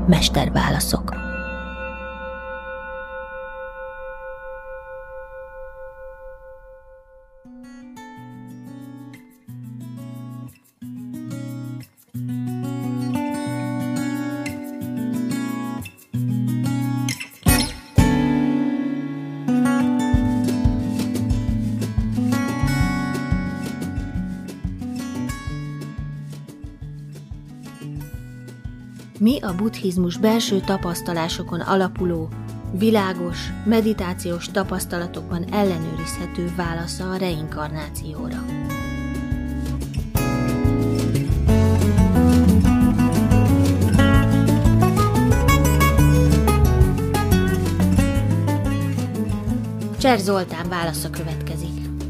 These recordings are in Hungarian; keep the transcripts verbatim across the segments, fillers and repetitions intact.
Mesterválaszok. Mi a buddhizmus belső tapasztalásokon alapuló, világos, meditációs tapasztalatokban ellenőrizhető válasza a reinkarnációra. Cser Zoltán válasza következik.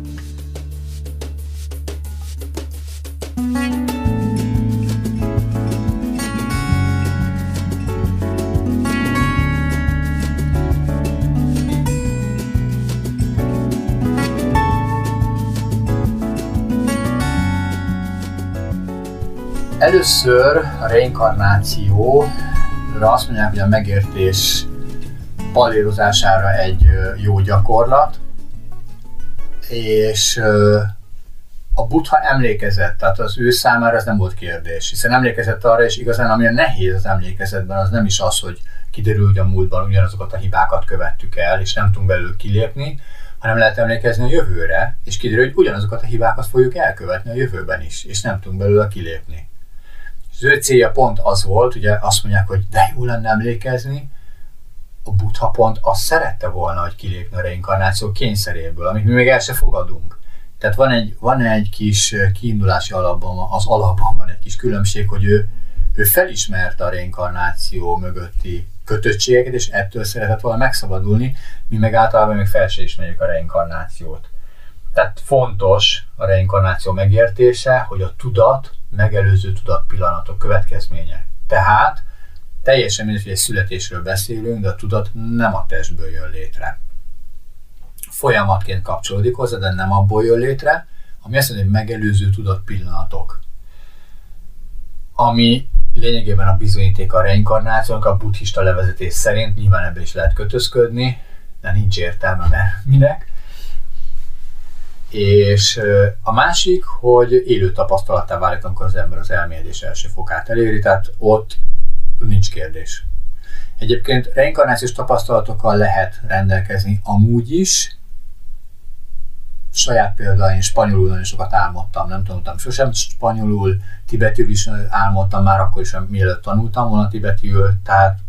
Először a reinkarnációra azt mondják, hogy a megértés palérozására egy jó gyakorlat, és a Buddha emlékezett, tehát az ő számára ez nem volt kérdés, hiszen emlékezett arra, és igazán ami a nehéz az emlékezetben, az nem is az, hogy kiderül, hogy a múltban ugyanazokat a hibákat követtük el, és nem tudunk belőle kilépni, hanem lehet emlékezni a jövőre, és kiderül, hogy ugyanazokat a hibákat fogjuk elkövetni a jövőben is, és nem tudunk belőle kilépni. Az ő célja pont az volt, ugye azt mondják, hogy de jó lenne emlékezni, a Buddha pont azt szerette volna, hogy kilépni a reinkarnáció kényszeréből, amit mi még el se fogadunk. Tehát van egy, van egy kis kiindulási alapban, az alapban van egy kis különbség, hogy ő, ő felismerte a reinkarnáció mögötti kötöttségeket, és ettől szeretett volna megszabadulni, mi meg általában még fel se ismerjük a reinkarnációt. Tehát fontos a reinkarnáció megértése, hogy a tudat megelőző tudatpillanatok következménye. Tehát teljesen mindegy, hogy egy születésről beszélünk, de a tudat nem a testből jön létre. Folyamatként kapcsolódik hozzá, de nem abból jön létre, ami azt mondja, hogy megelőző tudatpillanatok. Ami lényegében a bizonyíték a reinkarnációnak, a buddhista levezetés szerint, nyilván ebben is lehet kötözködni, de nincs értelme, mert minek. És a másik, hogy élő tapasztalattá válik, amikor az ember az elmélyedés első fokát eléri, tehát ott nincs kérdés. Egyébként reinkarnációs tapasztalatokkal lehet rendelkezni amúgy is. Saját például én spanyolul nagyon sokat álmodtam, nem tanultam sosem spanyolul, tibetiül is álmodtam már akkor is, mielőtt tanultam volna tibetiül, tehát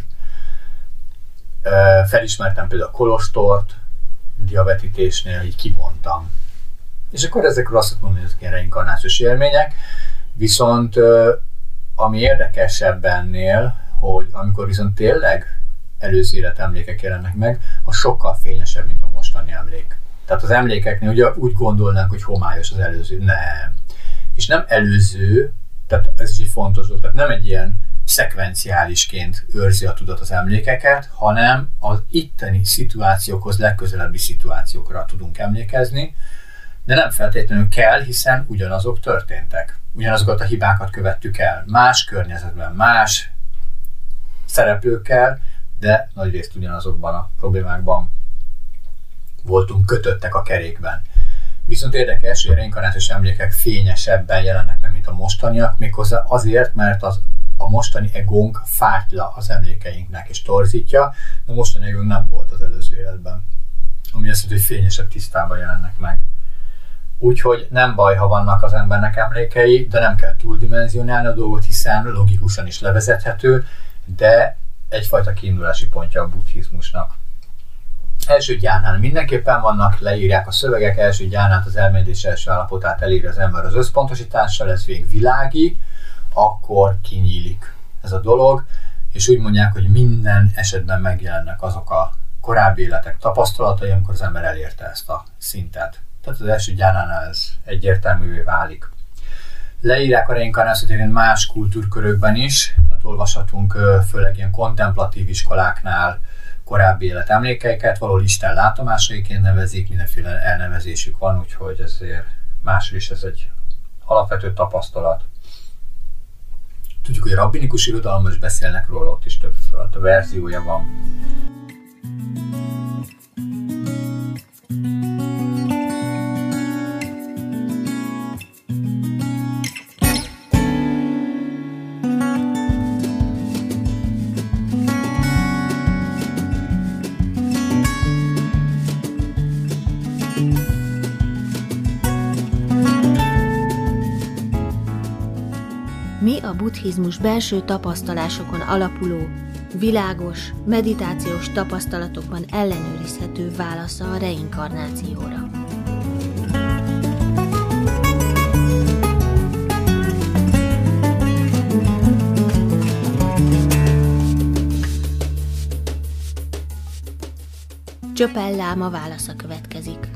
felismertem például a kolostort, diabetitésnél így kimondtam. És akkor ezekről azt mondom, hogy ezek ilyen reinkarnációs élmények, viszont ami érdekesebb ennél, hogy amikor viszont tényleg előző életemlékek jelennek meg, az sokkal fényesebb, mint a mostani emlék. Tehát az emlékeknél ugye úgy gondolnánk, hogy homályos az előző. Nem. És nem előző, tehát ez is egy fontos dolog, tehát nem egy ilyen szekvenciálisként őrzi a tudat az emlékeket, hanem az itteni szituációkhoz, legközelebbi szituációkra tudunk emlékezni, de nem feltétlenül kell, hiszen ugyanazok történtek. Ugyanazokat a hibákat követtük el. Más környezetben, más szereplőkkel, de nagyrészt ugyanazokban a problémákban voltunk kötöttek a kerékben. Viszont érdekes, hogy a reinkarnációs emlékek fényesebben jelennek meg, mint a mostaniak, méghozzá azért, mert az, a mostani egónk fátyla az emlékeinknek és torzítja, de a mostani egónk nem volt az előző életben. Ami azt jelenti, hogy fényesebb tisztában jelennek meg. Úgyhogy nem baj, ha vannak az embernek emlékei, de nem kell túldimenzionálni a dolgot, hiszen logikusan is levezethető, de egyfajta kiindulási pontja a buddhizmusnak. Első gyánán mindenképpen vannak, leírják a szövegek, első gyánát az elmélyedés első állapotát eléri az ember az összpontosítással, ez végig világi, akkor kinyílik ez a dolog, és úgy mondják, hogy minden esetben megjelennek azok a korábbi életek tapasztalatai, amikor az ember elérte ezt a szintet. Tehát az első gyánánál ez egyértelművé válik. Leírják a reinkarnációt más kultúrkörökben is, tehát olvashatunk főleg ilyen kontemplatív iskoláknál korábbi életemlékeiket, valahol Isten látomásaiként nevezik, mindenféle elnevezésük van, úgyhogy ezért másról is ez egy alapvető tapasztalat. Tudjuk, hogy a rabbinikus irodalomban is beszélnek róla, ott is több verziója van. Mi a buddhizmus belső tapasztalásokon alapuló, világos, meditációs tapasztalatokban ellenőrizhető válasza a reinkarnációra. Csöpel láma válasza következik.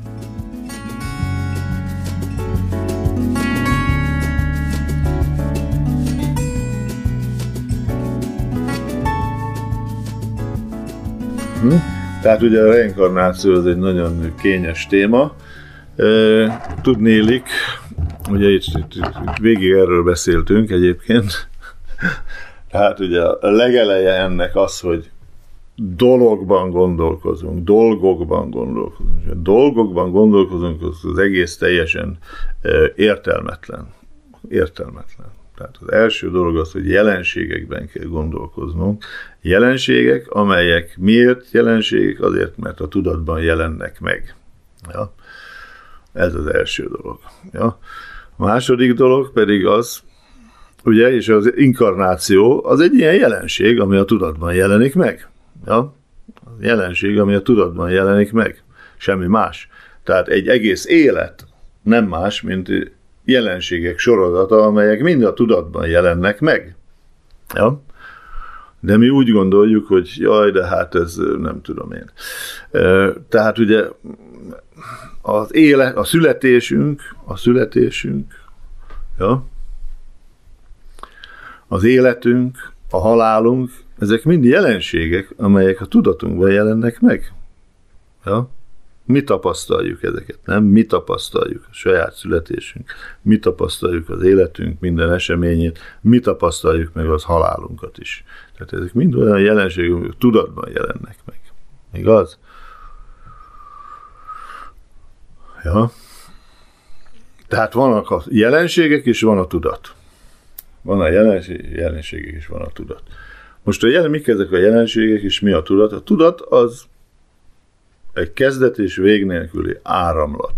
Hm? Tehát ugye a reinkarnáció az egy nagyon kényes téma. Tudnélik, ugye itt, itt, itt végig erről beszéltünk egyébként, tehát ugye a legeleje ennek az, hogy dologban gondolkozunk, dolgokban gondolkozunk. Ha dolgokban gondolkozunk, az, az egész teljesen értelmetlen. Értelmetlen. Tehát az első dolog az, hogy jelenségekben kell gondolkoznunk. Jelenségek, amelyek miért jelenségek? Azért, mert a tudatban jelennek meg. Ja? Ez az első dolog. Ja? A második dolog pedig az, ugye, és az inkarnáció az egy ilyen jelenség, ami a tudatban jelenik meg. Ja? Az jelenség, ami a tudatban jelenik meg. Semmi más. Tehát egy egész élet nem más, mint jelenségek sorozata, amelyek mind a tudatban jelennek meg. Ja? De mi úgy gondoljuk, hogy jaj, de hát ez nem tudom én. Tehát ugye az élet, a születésünk, a születésünk, ja? Az életünk, a halálunk, ezek mind jelenségek, amelyek a tudatunkban jelennek meg. Ja? Mi tapasztaljuk ezeket, nem? Mi tapasztaljuk a saját születésünk, mi tapasztaljuk az életünk minden eseményét, mi tapasztaljuk meg az halálunkat is. Tehát ezek mind olyan jelenségek, amik tudatban jelennek meg. Igaz? Ja. Tehát vannak a jelenségek, és van a tudat. Van a jelenség, jelenségek, és van a tudat. Most a jelen, mik ezek a jelenségek, és mi a tudat? A tudat az egy kezdet és vég nélküli áramlat.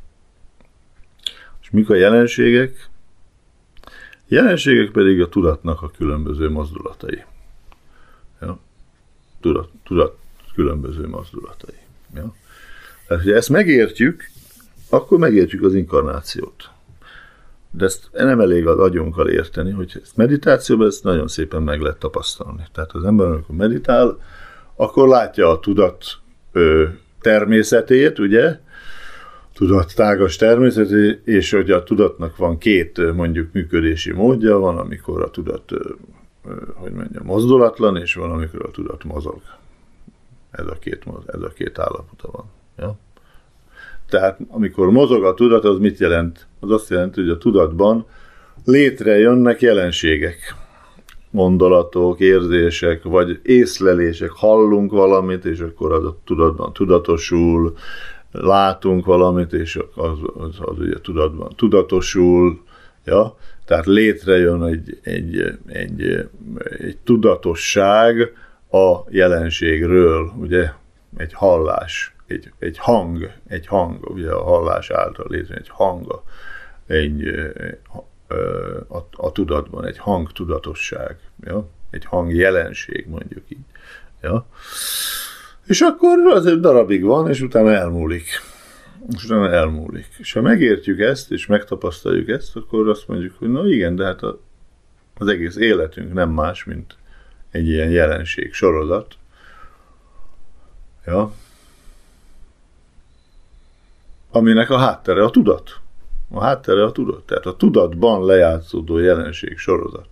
És mik a jelenségek? Jelenségek pedig a tudatnak a különböző mozdulatai. Ja? Tudat, tudat különböző mozdulatai. Ja? Tehát, hogyha ezt megértjük, akkor megértjük az inkarnációt. De ezt nem elég az agyunkkal érteni, hogy ezt meditációban ezt nagyon szépen meg lehet tapasztalni. Tehát az ember, amikor meditál, akkor látja a tudat ö, természetét, ugye? Tudat tágas természetét, és hogy a tudatnak van két mondjuk működési módja, van, amikor a tudat, ö, ö, hogy mondjam, mozdulatlan, és van, amikor a tudat mozog. Ez a két, ez a két állapota van. Ja? Tehát amikor mozog a tudat, az mit jelent? Az azt jelenti, hogy a tudatban létrejönnek jelenségek, gondolatok, érzések, vagy észlelések, hallunk valamit, és akkor az a tudatban tudatosul, látunk valamit, és az, az, az ugye tudatban tudatosul, ja? Tehát létrejön egy, egy, egy, egy tudatosság a jelenségről, ugye, egy hallás. Egy, egy hang, egy hang, ugye a hallás által létrejön egy hang, egy, a, a, a tudatban, egy hang tudatosság, ja? Egy hang jelenség, mondjuk így. Ja? És akkor az egy darabig van, és utána elmúlik. És utána elmúlik. És ha megértjük ezt, és megtapasztaljuk ezt, akkor azt mondjuk, hogy na igen, de hát a, az egész életünk nem más, mint egy ilyen jelenség, sorozat. Ja? Aminek a háttere a tudat. A háttere a tudat. Tehát a tudatban lejátszódó jelenség sorozat.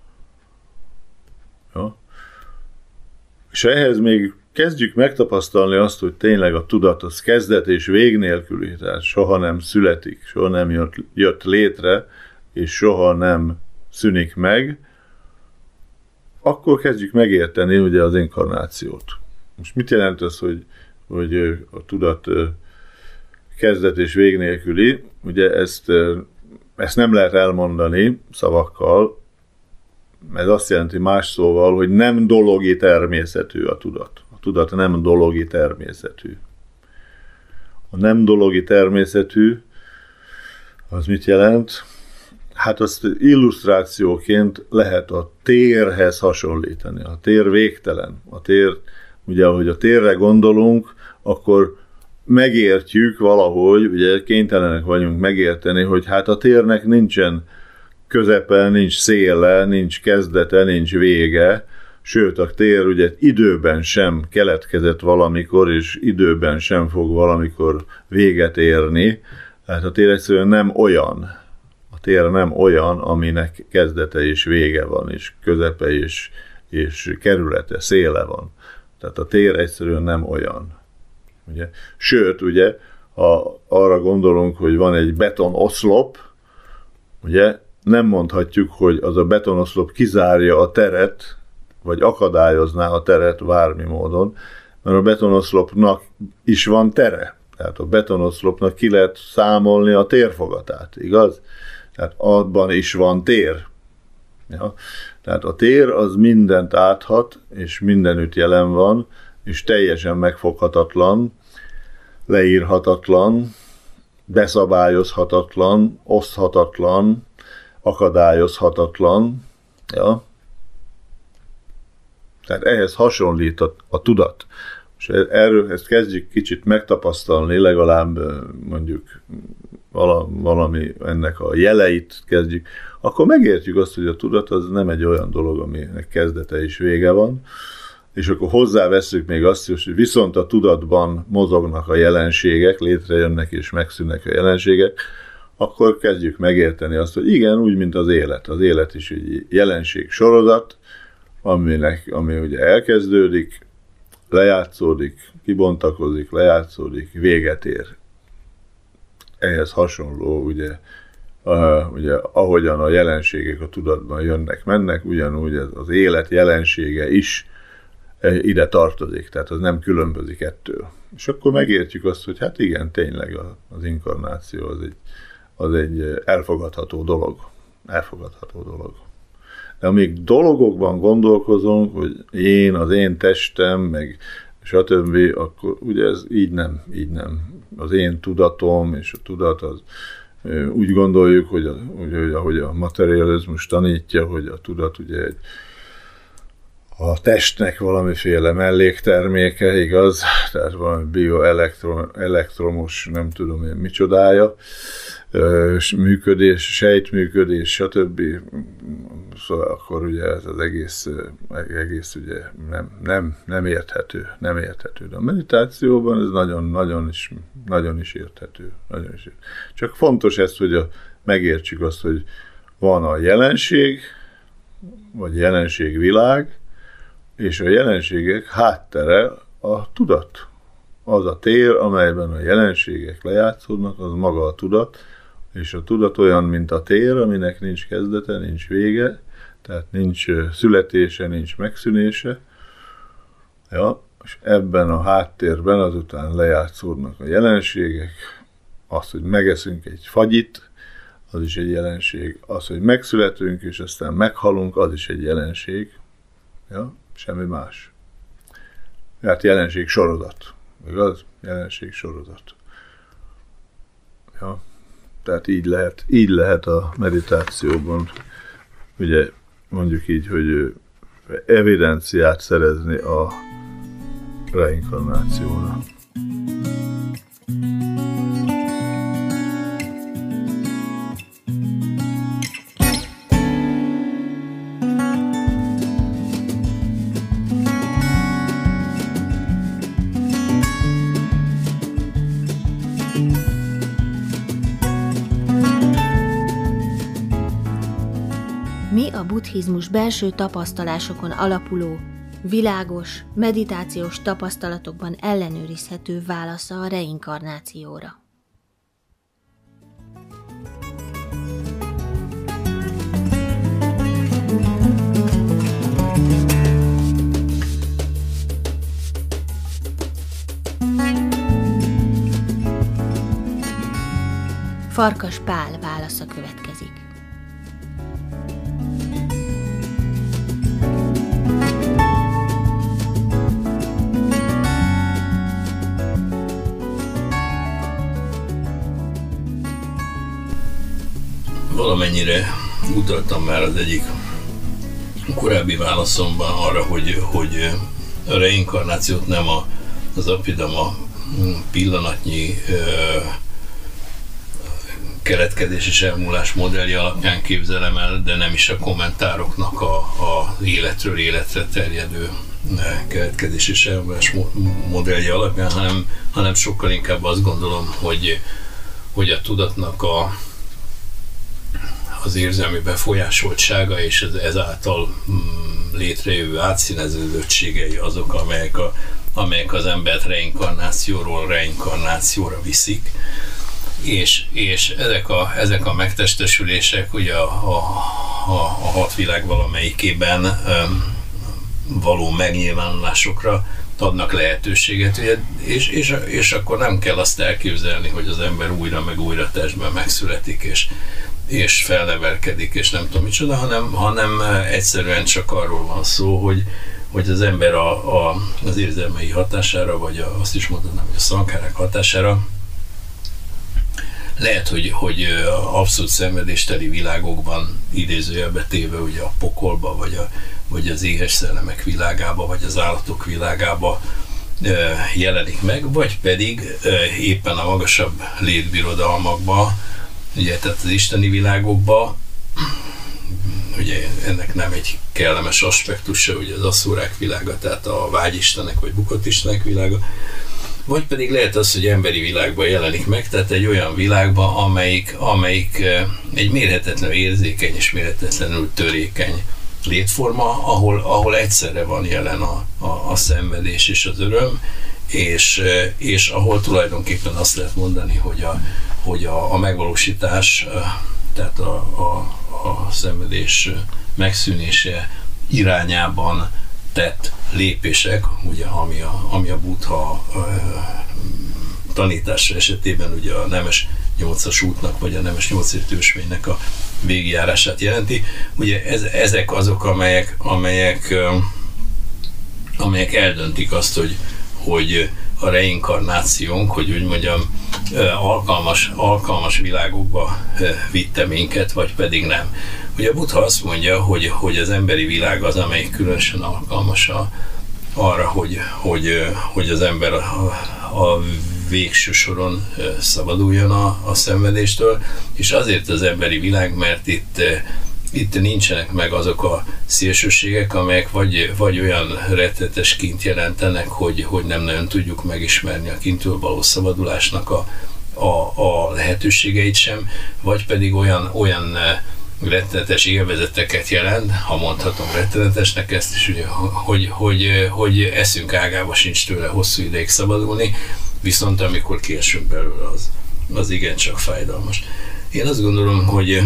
Ja? És ehhez még kezdjük megtapasztalni azt, hogy tényleg a tudat az kezdet és vég nélküli, tehát soha nem születik, soha nem jött, jött létre, és soha nem szűnik meg, akkor kezdjük megérteni ugye az inkarnációt. Most mit jelent az, hogy, hogy a tudat kezdet és vég nélküli? Ugye ezt, ezt nem lehet elmondani szavakkal, ez azt jelenti más szóval, hogy nem dologi természetű a tudat. A tudat nem dologi természetű. A nem dologi természetű, az mit jelent? Hát azt illusztrációként lehet a térhez hasonlítani. A tér végtelen. A tér, ugye ahogy a térre gondolunk, akkor megértjük valahogy, ugye kénytelenek vagyunk megérteni, hogy hát a térnek nincsen közepe, nincs széle, nincs kezdete, nincs vége, sőt a tér ugye időben sem keletkezett valamikor, és időben sem fog valamikor véget érni, tehát a tér egyszerűen nem olyan. A tér nem olyan, aminek kezdete és vége van, és közepe és, és kerülete, széle van. Tehát a tér egyszerűen nem olyan. Ugye? Sőt, ugye, ha arra gondolunk, hogy van egy betonoszlop, ugye, nem mondhatjuk, hogy az a betonoszlop kizárja a teret, vagy akadályozná a teret bármi módon, mert a betonoszlopnak is van tere. Tehát a betonoszlopnak ki lehet számolni a térfogatát, igaz? Tehát abban is van tér. Ja? Tehát a tér az mindent áthat, és mindenütt jelen van, és teljesen megfoghatatlan, leírhatatlan, beszabályozhatatlan, oszthatatlan, akadályozhatatlan. Ja? Tehát ehhez hasonlít a, a tudat. És erről ezt kezdjük kicsit megtapasztalni, legalább mondjuk valami ennek a jeleit kezdjük, akkor megértjük azt, hogy a tudat az nem egy olyan dolog, aminek kezdete és vége van, és akkor hozzáveszünk még azt, hogy viszont a tudatban mozognak a jelenségek, létrejönnek és megszűnnek a jelenségek, akkor kezdjük megérteni azt, hogy igen, úgy, mint az élet. Az élet is egy jelenség sorozat, aminek, ami ugye elkezdődik, lejátszódik, kibontakozik, lejátszódik, véget ér. Ehhez hasonló, ugye, uh, ugye, ahogyan a jelenségek a tudatban jönnek, mennek, ugyanúgy ez az élet jelensége is uh, ide tartozik, tehát az nem különbözik ettől. És akkor megértjük azt, hogy hát igen, tényleg az inkarnáció az egy, az egy elfogadható dolog. Elfogadható dolog. De amíg dolgokban gondolkozunk, hogy én, az én testem, meg stb., akkor ugye ez így nem, így nem. Az én tudatom és a tudat az úgy gondoljuk, hogy, a, hogy ahogy a materializmus tanítja, hogy a tudat ugye egy, a testnek valamiféle mellékterméke, igaz? Tehát valami bioelektromos, nem tudom én micsodája, működés, sejtműködés, stb. Szóval akkor ugye ez az egész, egész ugye nem, nem, nem érthető, nem érthető. De a meditációban ez nagyon-nagyon is, nagyon is érthető. Nagyon is érthető. Csak fontos ez, hogy a, megértsük azt, hogy van a jelenség, vagy jelenségvilág, és a jelenségek háttere a tudat. Az a tér, amelyben a jelenségek lejátszódnak, az maga a tudat, és a tudat olyan, mint a tér, aminek nincs kezdete, nincs vége, tehát nincs születése, nincs megszűnése. Ja, és ebben a háttérben azután lejátszódnak a jelenségek, az, hogy megeszünk egy fagyit, az is egy jelenség, az, hogy megszületünk, és aztán meghalunk, az is egy jelenség. Ja, semmi más. Hát jelenség sorozat. Igaz? Jelenség sorozat. Ja. Tehát így lehet, így lehet a meditációban, ugye mondjuk így, hogy evidenciát szerezni a reinkarnációra. Mi a buddhizmus belső tapasztalásokon alapuló, világos, meditációs tapasztalatokban ellenőrizhető válasza a reinkarnációra. Farkas Pál válasza következik. Valamennyire utaltam már az egyik korábbi válaszomban arra, hogy, hogy a reinkarnációt nem a, az apidama pillanatnyi ö, keletkezés és elmúlás modellje alapján képzelem el, de nem is a kommentároknak a, a életről életre terjedő keletkezés és elmúlás modellje alapján, hanem, hanem sokkal inkább azt gondolom, hogy, hogy a tudatnak a az érzelmi befolyásoltsága és ez, ezáltal mm, létrejövő átszíneződöttségei azok, amelyek, a, amelyek az embert reinkarnációról reinkarnációra viszik. És, és ezek, a, ezek a megtestesülések ugye a, a, a, a hat világ valamelyikében um, való megnyilvánulásokra adnak lehetőséget, ugye, és, és, és akkor nem kell azt elképzelni, hogy az ember újra meg újra testben megszületik, és és felnevelkedik, és nem tudom micsoda, hanem, hanem egyszerűen csak arról van szó, hogy, hogy az ember a, a, az érzelmei hatására, vagy a, azt is mondhatnám, hogy a szankárák hatására lehet, hogy, hogy abszolút szenvedésteli világokban idézőjelbe téve, ugye a pokolba, vagy, a, vagy az éhes szellemek világába, vagy az állatok világába jelenik meg, vagy pedig éppen a magasabb létbirodalmakba, ugye, tehát az isteni világokban, ugye ennek nem egy kellemes aspektusa, ugye az asszúrák világa, tehát a vágyistenek vagy bukott istenek világa, vagy pedig lehet az, hogy emberi világban jelenik meg, tehát egy olyan világban, amelyik, amelyik egy mérhetetlenül érzékeny és mérhetetlenül törékeny létforma, ahol, ahol egyszerre van jelen a, a, a szenvedés és az öröm, és, és ahol tulajdonképpen azt lehet mondani, hogy a, hogy a, a megvalósítás, tehát a, a, a szenvedés megszűnése irányában tett lépések, ugye, ami a, ami a Buddha tanítása esetében ugye a nemes nyolcas útnak, vagy a nemes nyolcért ősvénynek a végigjárását jelenti. Ugye ez, ezek azok, amelyek, amelyek, amelyek eldöntik azt, hogy, hogy a reinkarnációnk, hogy úgy mondjam, alkalmas, alkalmas világokba vitte minket, vagy pedig nem. Ugye a Buddha azt mondja, hogy, hogy az emberi világ az, amelyik különösen alkalmas a, arra, hogy, hogy, hogy az ember a, a végső soron szabaduljon a, a szenvedéstől, és azért az emberi világ, mert itt Itt nincsenek meg azok a szélsőségek, amelyek vagy, vagy olyan rettetes kint jelentenek, hogy, hogy nem nagyon tudjuk megismerni a kintől való szabadulásnak a, a, a lehetőségeit sem, vagy pedig olyan, olyan rettenetes élvezeteket jelent, ha mondhatom rettenetesnek ezt is, ugye, hogy, hogy, hogy eszünk ágába sincs tőle hosszú ideig szabadulni, viszont amikor kiesünk belőle, az, az igencsak fájdalmas. Én azt gondolom, hogy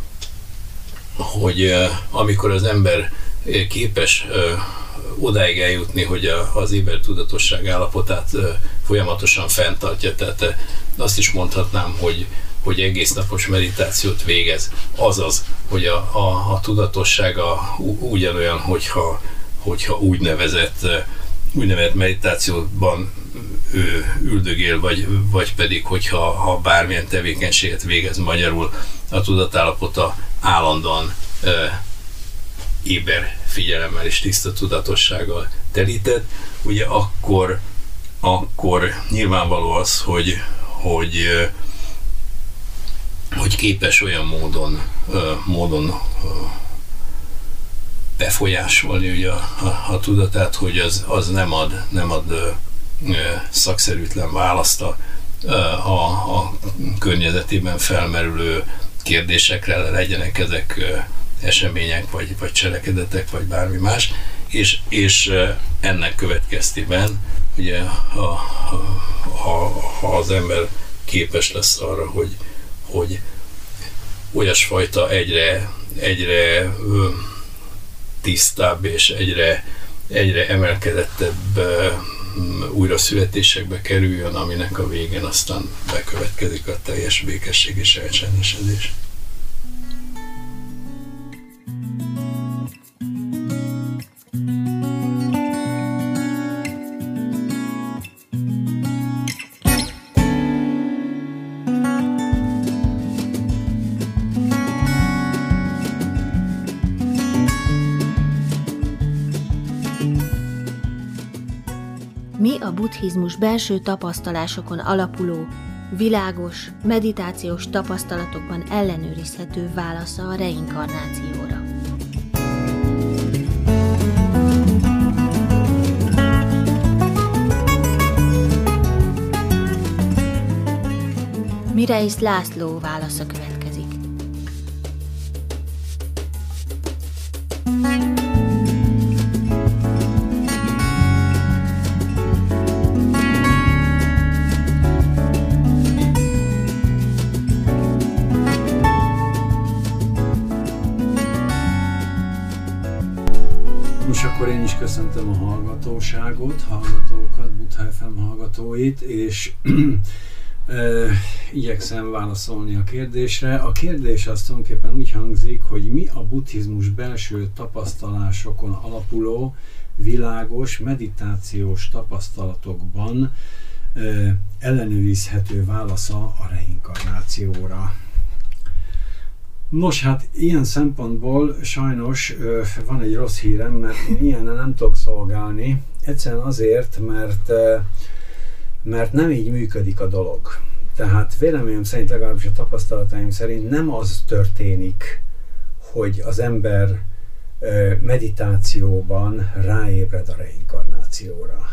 hogy uh, amikor az ember uh, képes uh, odáig eljutni, hogy a, az éber tudatosság állapotát uh, folyamatosan fenntartja, tehát uh, azt is mondhatnám, hogy, hogy egész napos meditációt végez. Azaz, hogy a, a, a tudatossága ugyanolyan, hogyha, hogyha úgynevezett, uh, úgynevezett meditációban ő üldögél, vagy, vagy pedig, hogyha ha bármilyen tevékenységet végez, magyarul a tudatállapota állandóan ö, éber figyelemmel és tiszta tudatossággal telített, ugye akkor, akkor nyilvánvaló az, hogy, hogy, ö, hogy képes olyan módon, ö, módon ö, befolyásolni ugye a, a, a tudatát, hogy az, az nem ad, nem ad ö, ö, szakszerűtlen választ a, a, a környezetében felmerülő kérdésekre, legyenek ezek uh, események, vagy, vagy cselekedetek, vagy bármi más, és, és uh, ennek következtében ugye, ha, ha, ha az ember képes lesz arra, hogy, hogy olyasfajta egyre, egyre uh, tisztább és egyre, egyre emelkedettebb uh, újra születésekbe kerüljön, aminek a végén aztán bekövetkezik a teljes békesség és elcsendesedés. Mi a buddhizmus belső tapasztalásokon alapuló, világos, meditációs tapasztalatokban ellenőrizhető válasza a reinkarnációra. Mireis László válasza következik. Most akkor én is köszöntöm a hallgatóságot, hallgatókat, Buddha ef em hallgatóit, és e, igyekszem válaszolni a kérdésre. A kérdés az tulajdonképpen úgy hangzik, hogy mi a buddhizmus belső tapasztalásokon alapuló, világos, meditációs tapasztalatokban e, ellenőrizhető válasza a reinkarnációra. Nos, hát ilyen szempontból sajnos ö, van egy rossz hírem, mert ilyennel nem tudok szolgálni. Egyszerűen azért, mert, ö, mert nem így működik a dolog. Tehát véleményem szerint, legalábbis a tapasztalataim szerint nem az történik, hogy az ember ö, meditációban ráébred a reinkarnációra.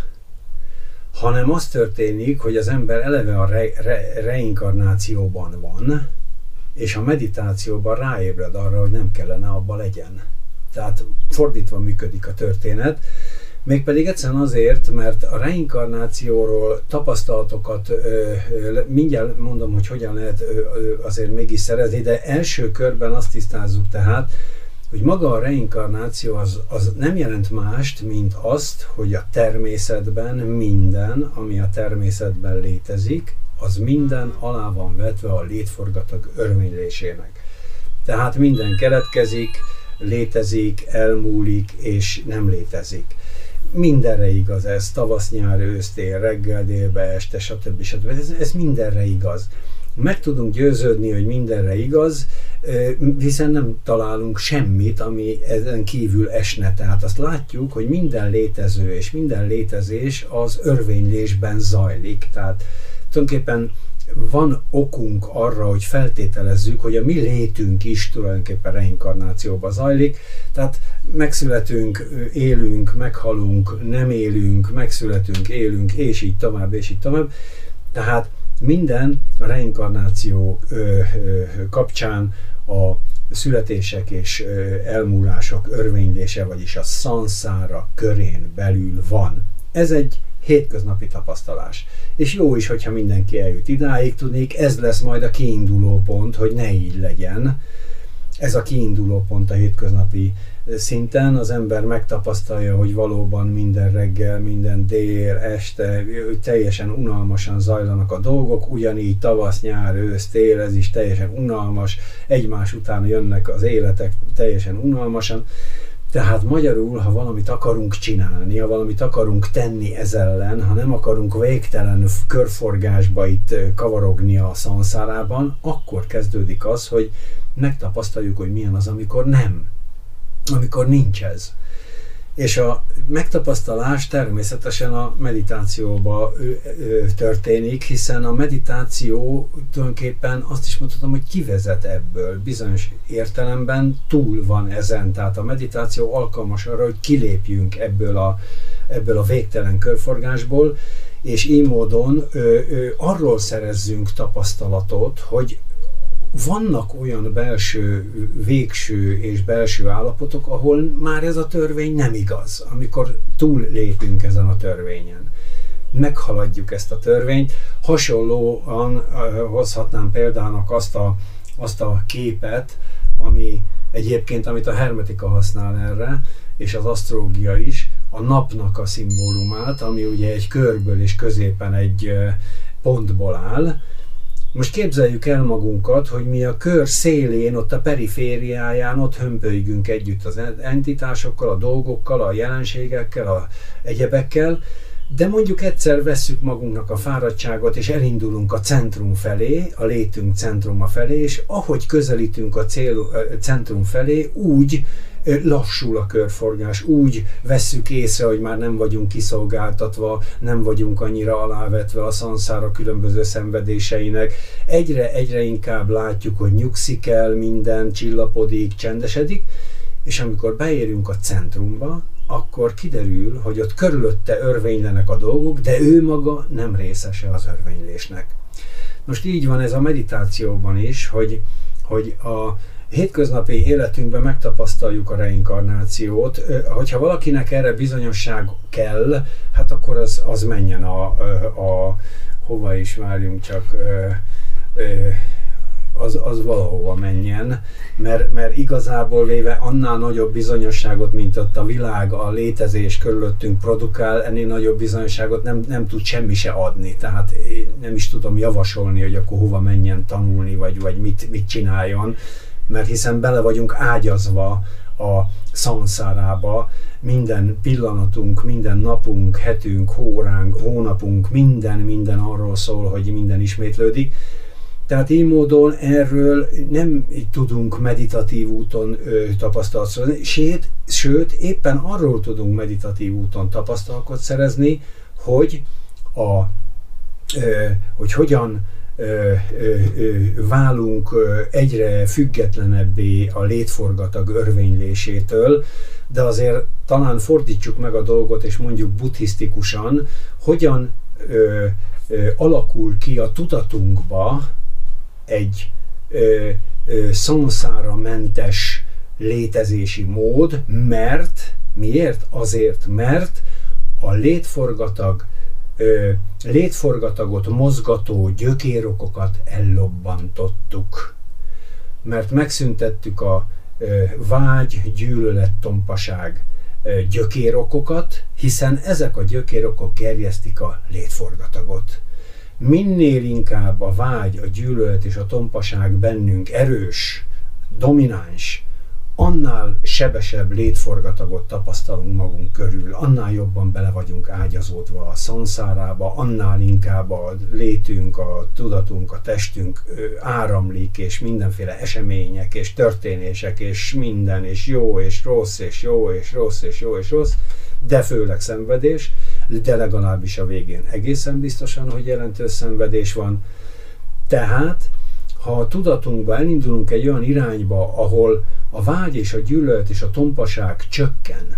Hanem az történik, hogy az ember eleve a re, re, reinkarnációban van, és a meditációban ráébred arra, hogy nem kellene abba legyen. Tehát fordítva működik a történet, mégpedig egyszerűen azért, mert a reinkarnációról tapasztalatokat ö, ö, mindjárt mondom, hogy hogyan lehet ö, ö, azért mégis szerezni, de első körben azt tisztázzuk tehát, hogy maga a reinkarnáció az, az nem jelent mást, mint azt, hogy a természetben minden, ami a természetben létezik, az minden alá van vetve a létforgatag örvénylésének. Tehát minden keletkezik, létezik, elmúlik és nem létezik. Mindenre igaz ez, tavasz, nyár, ősz, tél, reggel, délbe, este, stb. stb. Ez, ez mindenre igaz. Meg tudunk győződni, hogy mindenre igaz, hiszen nem találunk semmit, ami ezen kívül esne. Tehát azt látjuk, hogy minden létező és minden létezés az örvénylésben zajlik. Tehát tulajdonképpen van okunk arra, hogy feltételezzük, hogy a mi létünk is tulajdonképpen reinkarnációba zajlik. Tehát megszületünk, élünk, meghalunk, nem élünk, megszületünk, élünk, és így tovább, és így tovább. Tehát minden a reinkarnáció ö, ö, kapcsán a születések és ö, elmúlások örvénylése, vagyis a szanszára körén belül van. Ez egy hétköznapi tapasztalás. És jó is, hogyha mindenki eljut idáig, tudnék, ez lesz majd a kiinduló pont, hogy ne így legyen. Ez a kiinduló pont a hétköznapi szinten. Az ember megtapasztalja, hogy valóban minden reggel, minden dél, este teljesen unalmasan zajlanak a dolgok, ugyanígy tavasz, nyár, ősz, tél, ez is teljesen unalmas, egymás után jönnek az életek teljesen unalmasan. Tehát magyarul, ha valamit akarunk csinálni, ha valamit akarunk tenni ez ellen, ha nem akarunk végtelen körforgásba itt kavarogni a szanszárában, akkor kezdődik az, hogy megtapasztaljuk, hogy milyen az, amikor nem, amikor nincs ez. És a megtapasztalás természetesen a meditációban történik, hiszen a meditáció tulajdonképpen azt is mondhatom, hogy kivezet ebből. Bizonyos értelemben túl van ezen. Tehát a meditáció alkalmas arra, hogy kilépjünk ebből a, ebből a végtelen körforgásból, és így módon ö, ö, arról szerezzünk tapasztalatot, hogy vannak olyan belső, végső és belső állapotok, ahol már ez a törvény nem igaz, amikor túl lépünk ezen a törvényen. Meghaladjuk ezt a törvényt. Hasonlóan hozhatnám példának azt a, azt a képet, ami egyébként, amit a hermetika használ erre, és az asztrológia is, a napnak a szimbólumát, ami ugye egy körből és középen egy pontból áll. Most képzeljük el magunkat, hogy mi a kör szélén, ott a perifériáján, ott hömpölygünk együtt az entitásokkal, a dolgokkal, a jelenségekkel, a egyebekkel, de mondjuk egyszer vesszük magunknak a fáradtságot, és elindulunk a centrum felé, a létünk centruma felé, és ahogy közelítünk a cél, a centrum felé, úgy lassul a körforgás, úgy vesszük észre, hogy már nem vagyunk kiszolgáltatva, nem vagyunk annyira alávetve a szanszára különböző szenvedéseinek. Egyre, egyre inkább látjuk, hogy nyugszik el minden, csillapodik, csendesedik, és amikor beérünk a centrumba, akkor kiderül, hogy ott körülötte örvénylenek a dolgok, de ő maga nem részese az örvénylésnek. Most így van ez a meditációban is, hogy, hogy a hétköznapi életünkben megtapasztaljuk a reinkarnációt. Hogyha valakinek erre bizonyosság kell, hát akkor az, az menjen a, a, a hova is várjunk csak, az, az valahova menjen, mert, mert igazából véve annál nagyobb bizonyosságot, mint ott a világ, a létezés körülöttünk produkál, ennél nagyobb bizonyosságot nem, nem tud semmi se adni. Tehát én nem is tudom javasolni, hogy akkor hova menjen tanulni, vagy, vagy mit, mit csináljon, mert hiszen bele vagyunk ágyazva a szanszárába, minden pillanatunk, minden napunk, hetünk, hóránk, hónapunk, minden, minden arról szól, hogy minden ismétlődik. Tehát így módon erről nem tudunk meditatív úton ö, tapasztalatot szerezni, sőt, sőt, éppen arról tudunk meditatív úton tapasztalatot szerezni, hogy, a, ö, hogy hogyan ö, ö, ö, válunk ö, egyre függetlenebbé a létforgatag örvénylésétől, de azért talán fordítsuk meg a dolgot, és mondjuk buddhisztikusan, hogyan ö, ö, alakul ki a tudatunkba egy ö, ö, szanszára mentes létezési mód, mert, miért? Azért, mert a létforgatag, ö, létforgatagot mozgató gyökérokokat ellobbantottuk. Mert megszüntettük a ö, vágy, gyűlölet, tompaság ö, gyökérokokat, hiszen ezek a gyökérokok gerjesztik a létforgatagot. Minél inkább a vágy, a gyűlölet és a tompaság bennünk erős, domináns, annál sebesebb létforgatagot tapasztalunk magunk körül, annál jobban bele vagyunk ágyazódva a szanszárába, annál inkább a létünk, a tudatunk, a testünk áramlik, és mindenféle események, és történések, és minden, és jó, és rossz, és jó, és rossz, és jó, és rossz, de főleg szenvedés, de legalábbis a végén egészen biztosan, hogy jelentős szenvedés van. Tehát, ha a tudatunkba elindulunk egy olyan irányba, ahol a vágy és a gyűlölet és a tompaság csökken,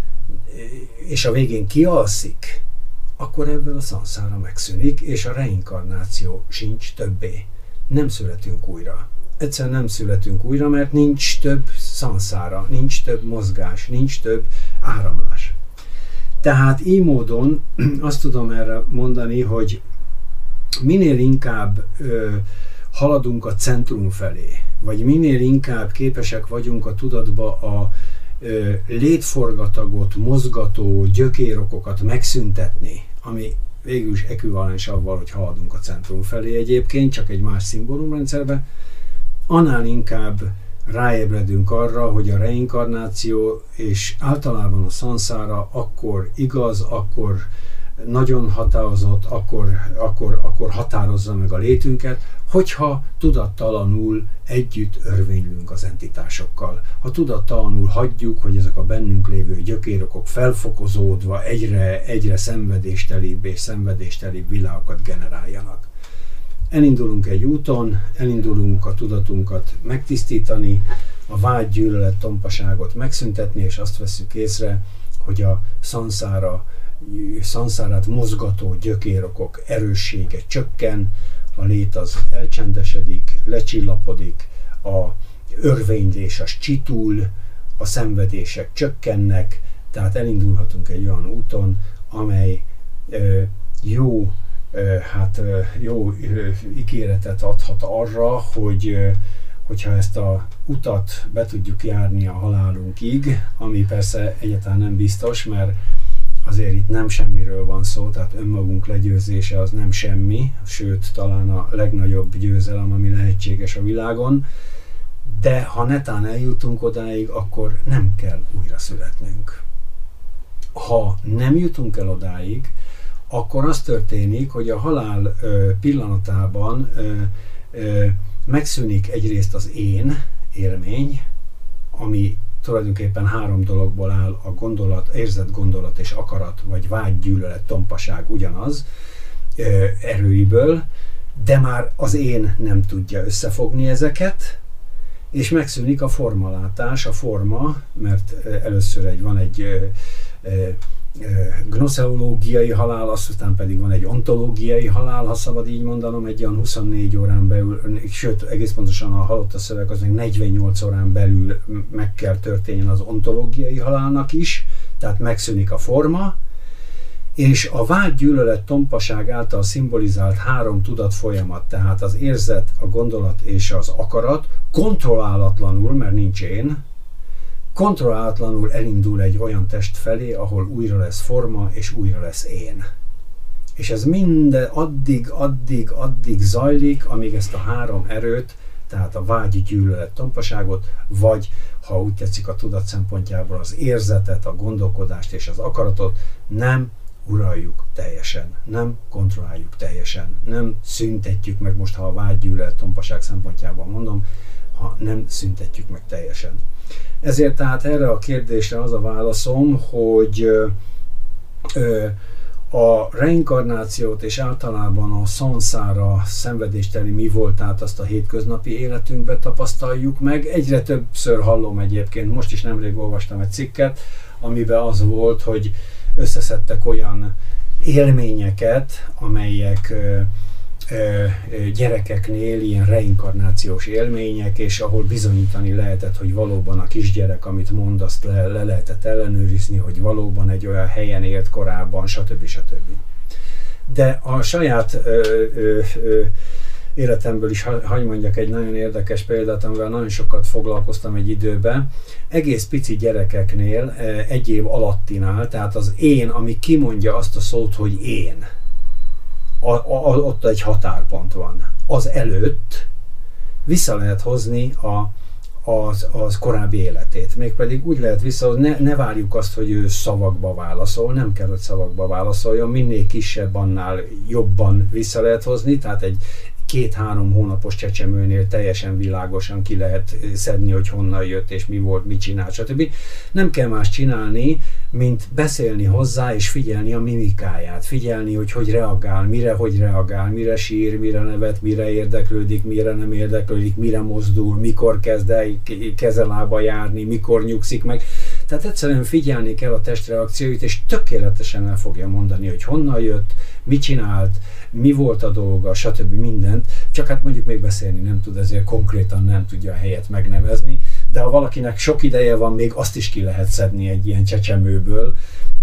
és a végén kialszik, akkor ebből a szanszára megszűnik, és a reinkarnáció sincs többé. Nem születünk újra. Egyszerűen nem születünk újra, mert nincs több szanszára, nincs több mozgás, nincs több áramlás. Tehát így módon azt tudom erre mondani, hogy minél inkább ö, haladunk a centrum felé, vagy minél inkább képesek vagyunk a tudatba a ö, létforgatagot mozgató gyökérokokat megszüntetni, ami végül is ekvivalens avval, hogy haladunk a centrum felé egyébként, csak egy más szimbólumrendszerbe, annál inkább ráébredünk arra, hogy a reinkarnáció és általában a szanszára akkor igaz, akkor nagyon határozott, akkor, akkor, akkor határozza meg a létünket, hogyha tudattalanul együtt örvénylünk az entitásokkal. Ha tudattalanul hagyjuk, hogy ezek a bennünk lévő gyökérokok felfokozódva egyre, egyre szenvedéstelibb és szenvedéstelibb világokat generáljanak. Elindulunk egy úton, elindulunk a tudatunkat megtisztítani, a vágy, gyűlölet, tompaságot megszüntetni, és azt vesszük észre, hogy a szanszára, szanszárát mozgató gyökérokok erőssége csökken, a lét az elcsendesedik, lecsillapodik, a örvénylés az csitul, a szenvedések csökkennek, tehát elindulhatunk egy olyan úton, amely ö, jó hát jó ígéretet adhat arra, hogy, hogyha ezt a utat be tudjuk járni a halálunkig, ami persze egyáltalán nem biztos, mert azért itt nem semmiről van szó, tehát önmagunk legyőzése az nem semmi, sőt talán a legnagyobb győzelem, ami lehetséges a világon, de ha netán eljutunk odáig, akkor nem kell újra születnünk. Ha nem jutunk el odáig, akkor az történik, hogy a halál ö, pillanatában ö, ö, megszűnik egyrészt az én élmény, ami tulajdonképpen három dologból áll, a gondolat, érzett gondolat és akarat, vagy vágy, gyűlölet, tompaság ugyanaz ö, erőiből, de már az én nem tudja összefogni ezeket, és megszűnik a formalátás, a forma, mert először egy, van egy ö, ö, gnoszeológiai halál, aztán pedig van egy ontológiai halál, ha szabad így mondanom, egy olyan huszonnégy órán belül, sőt, egész pontosan a halott a szöveg, az meg negyvennyolc órán belül meg kell történjen az ontológiai halálnak is, tehát megszűnik a forma, és a vágy, gyűlölet, tompaság által szimbolizált három tudatfolyamat, tehát az érzet, a gondolat és az akarat kontrollálatlanul, mert nincs én, kontrollálatlanul elindul egy olyan test felé, ahol újra lesz forma, és újra lesz én. És ez minden addig, addig, addig zajlik, amíg ezt a három erőt, tehát a vágyi, gyűlölet, tompaságot, vagy, ha úgy tetszik a tudat szempontjából, az érzetet, a gondolkodást és az akaratot nem uraljuk teljesen, nem kontrolláljuk teljesen, nem szüntetjük meg, most ha a vágy, gyűlölet, tompaság szempontjából mondom, ha nem szüntetjük meg teljesen. Ezért tehát erre a kérdésre az a válaszom, hogy ö, ö, a reinkarnációt és általában a szanszára, szenvedésteli mi voltát azt a hétköznapi életünkben tapasztaljuk meg. Egyre többször hallom egyébként, most is nemrég olvastam egy cikket, amiben az volt, hogy összeszedtek olyan élményeket, amelyek ö, gyerekeknél ilyen reinkarnációs élmények, és ahol bizonyítani lehetett, hogy valóban a kisgyerek, amit mond, azt le, le lehetett ellenőrizni, hogy valóban egy olyan helyen élt korábban, stb. stb. De a saját ö, ö, ö, életemből is hagy mondjak egy nagyon érdekes példát, amivel nagyon sokat foglalkoztam egy időben. Egész pici gyerekeknél, egy év alattinál, tehát az én, ami kimondja azt a szót, hogy én, A, a, ott egy határpont van. Az előtt vissza lehet hozni a, az, az korábbi életét. Mégpedig úgy lehet visszahozni, ne, ne várjuk azt, hogy ő szavakba válaszol, nem kell, hogy szavakba válaszoljon, minél kisebb, annál jobban vissza lehet hozni, tehát egy két-három hónapos csecsemőnél teljesen világosan ki lehet szedni, hogy honnan jött és mi volt, mit csinált, stb. Nem kell más csinálni, mint beszélni hozzá és figyelni a mimikáját, figyelni, hogy hogy reagál, mire hogy reagál, mire sír, mire nevet, mire érdeklődik, mire nem érdeklődik, mire mozdul, mikor kezd el kezelába járni, mikor nyugszik meg. Tehát egyszerűen figyelni kell a testreakcióit, és tökéletesen el fogja mondani, hogy honnan jött, mit csinált, mi volt a dolga, stb. Mindent, csak hát mondjuk még beszélni nem tud, ezért konkrétan nem tudja a helyet megnevezni, de ha valakinek sok ideje van, még azt is ki lehet szedni egy ilyen csecsemőből,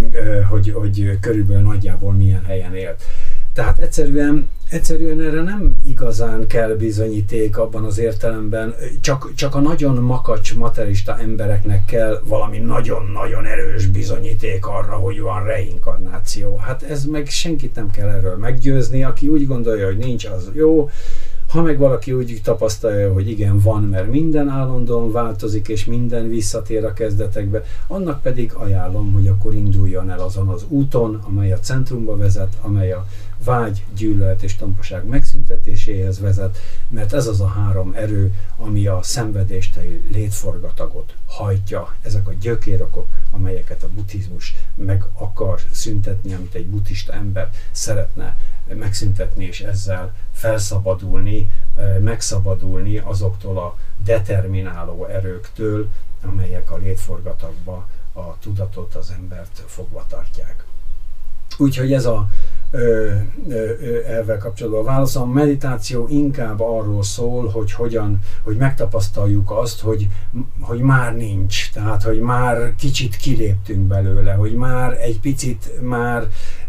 hogy, hogy körülbelül nagyjából milyen helyen élt. Tehát egyszerűen, egyszerűen erre nem igazán kell bizonyíték abban az értelemben, csak, csak a nagyon makacs, materialista embereknek kell valami nagyon-nagyon erős bizonyíték arra, hogy van reinkarnáció. Hát ez meg senkit nem kell erről meggyőzni, aki úgy gondolja, hogy nincs, az jó. Ha meg valaki úgy tapasztalja, hogy igen, van, mert minden állandóan változik, és minden visszatér a kezdetekbe, annak pedig ajánlom, hogy akkor induljon el azon az úton, amely a centrumba vezet, amely a vágy, gyűlölet és tompaság megszüntetéséhez vezet, mert ez az a három erő, ami a szenvedésteli létforgatagot hajtja. Ezek a gyökérokok, amelyeket a buddhizmus meg akar szüntetni, amit egy buddhista ember szeretne megszüntetni, és ezzel felszabadulni, megszabadulni azoktól a determináló erőktől, amelyek a létforgatagba a tudatot, az embert fogva tartják. Úgyhogy ez a Ö, ö, elvel kapcsolatban a válaszom. A meditáció inkább arról szól, hogy hogyan, hogy megtapasztaljuk azt, hogy, hogy már nincs, tehát hogy már kicsit kiléptünk belőle, hogy már egy picit már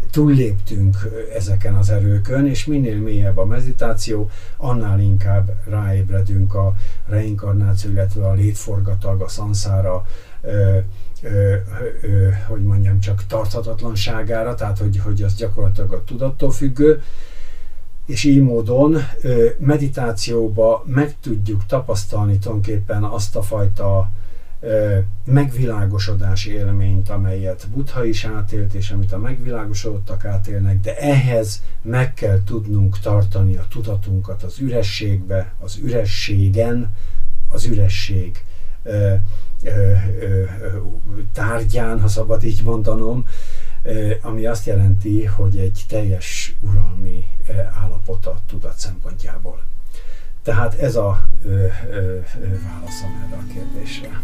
túlléptünk ezeken az erőkön, és minél mélyebb a meditáció, annál inkább ráébredünk a reinkarnáció, illetve a létforgatag, a szanszára, ö, ö, ö, hogy mondjam, csak tarthatatlanságára, tehát hogy, hogy az gyakorlatilag a tudattól függő, és így módon ö, meditációba meg tudjuk tapasztalni tulajdonképpen azt a fajta ö, megvilágosodási élményt, amelyet Buddha is átélt, és amit a megvilágosodottak átélnek, de ehhez meg kell tudnunk tartani a tudatunkat az ürességbe, az ürességen, az üresség ö, ö, ö, tárgyán, ha szabad így mondanom, ami azt jelenti, hogy egy teljes uralmi állapot a tudat szempontjából. Tehát ez a ö, ö, válaszom erre a kérdésre.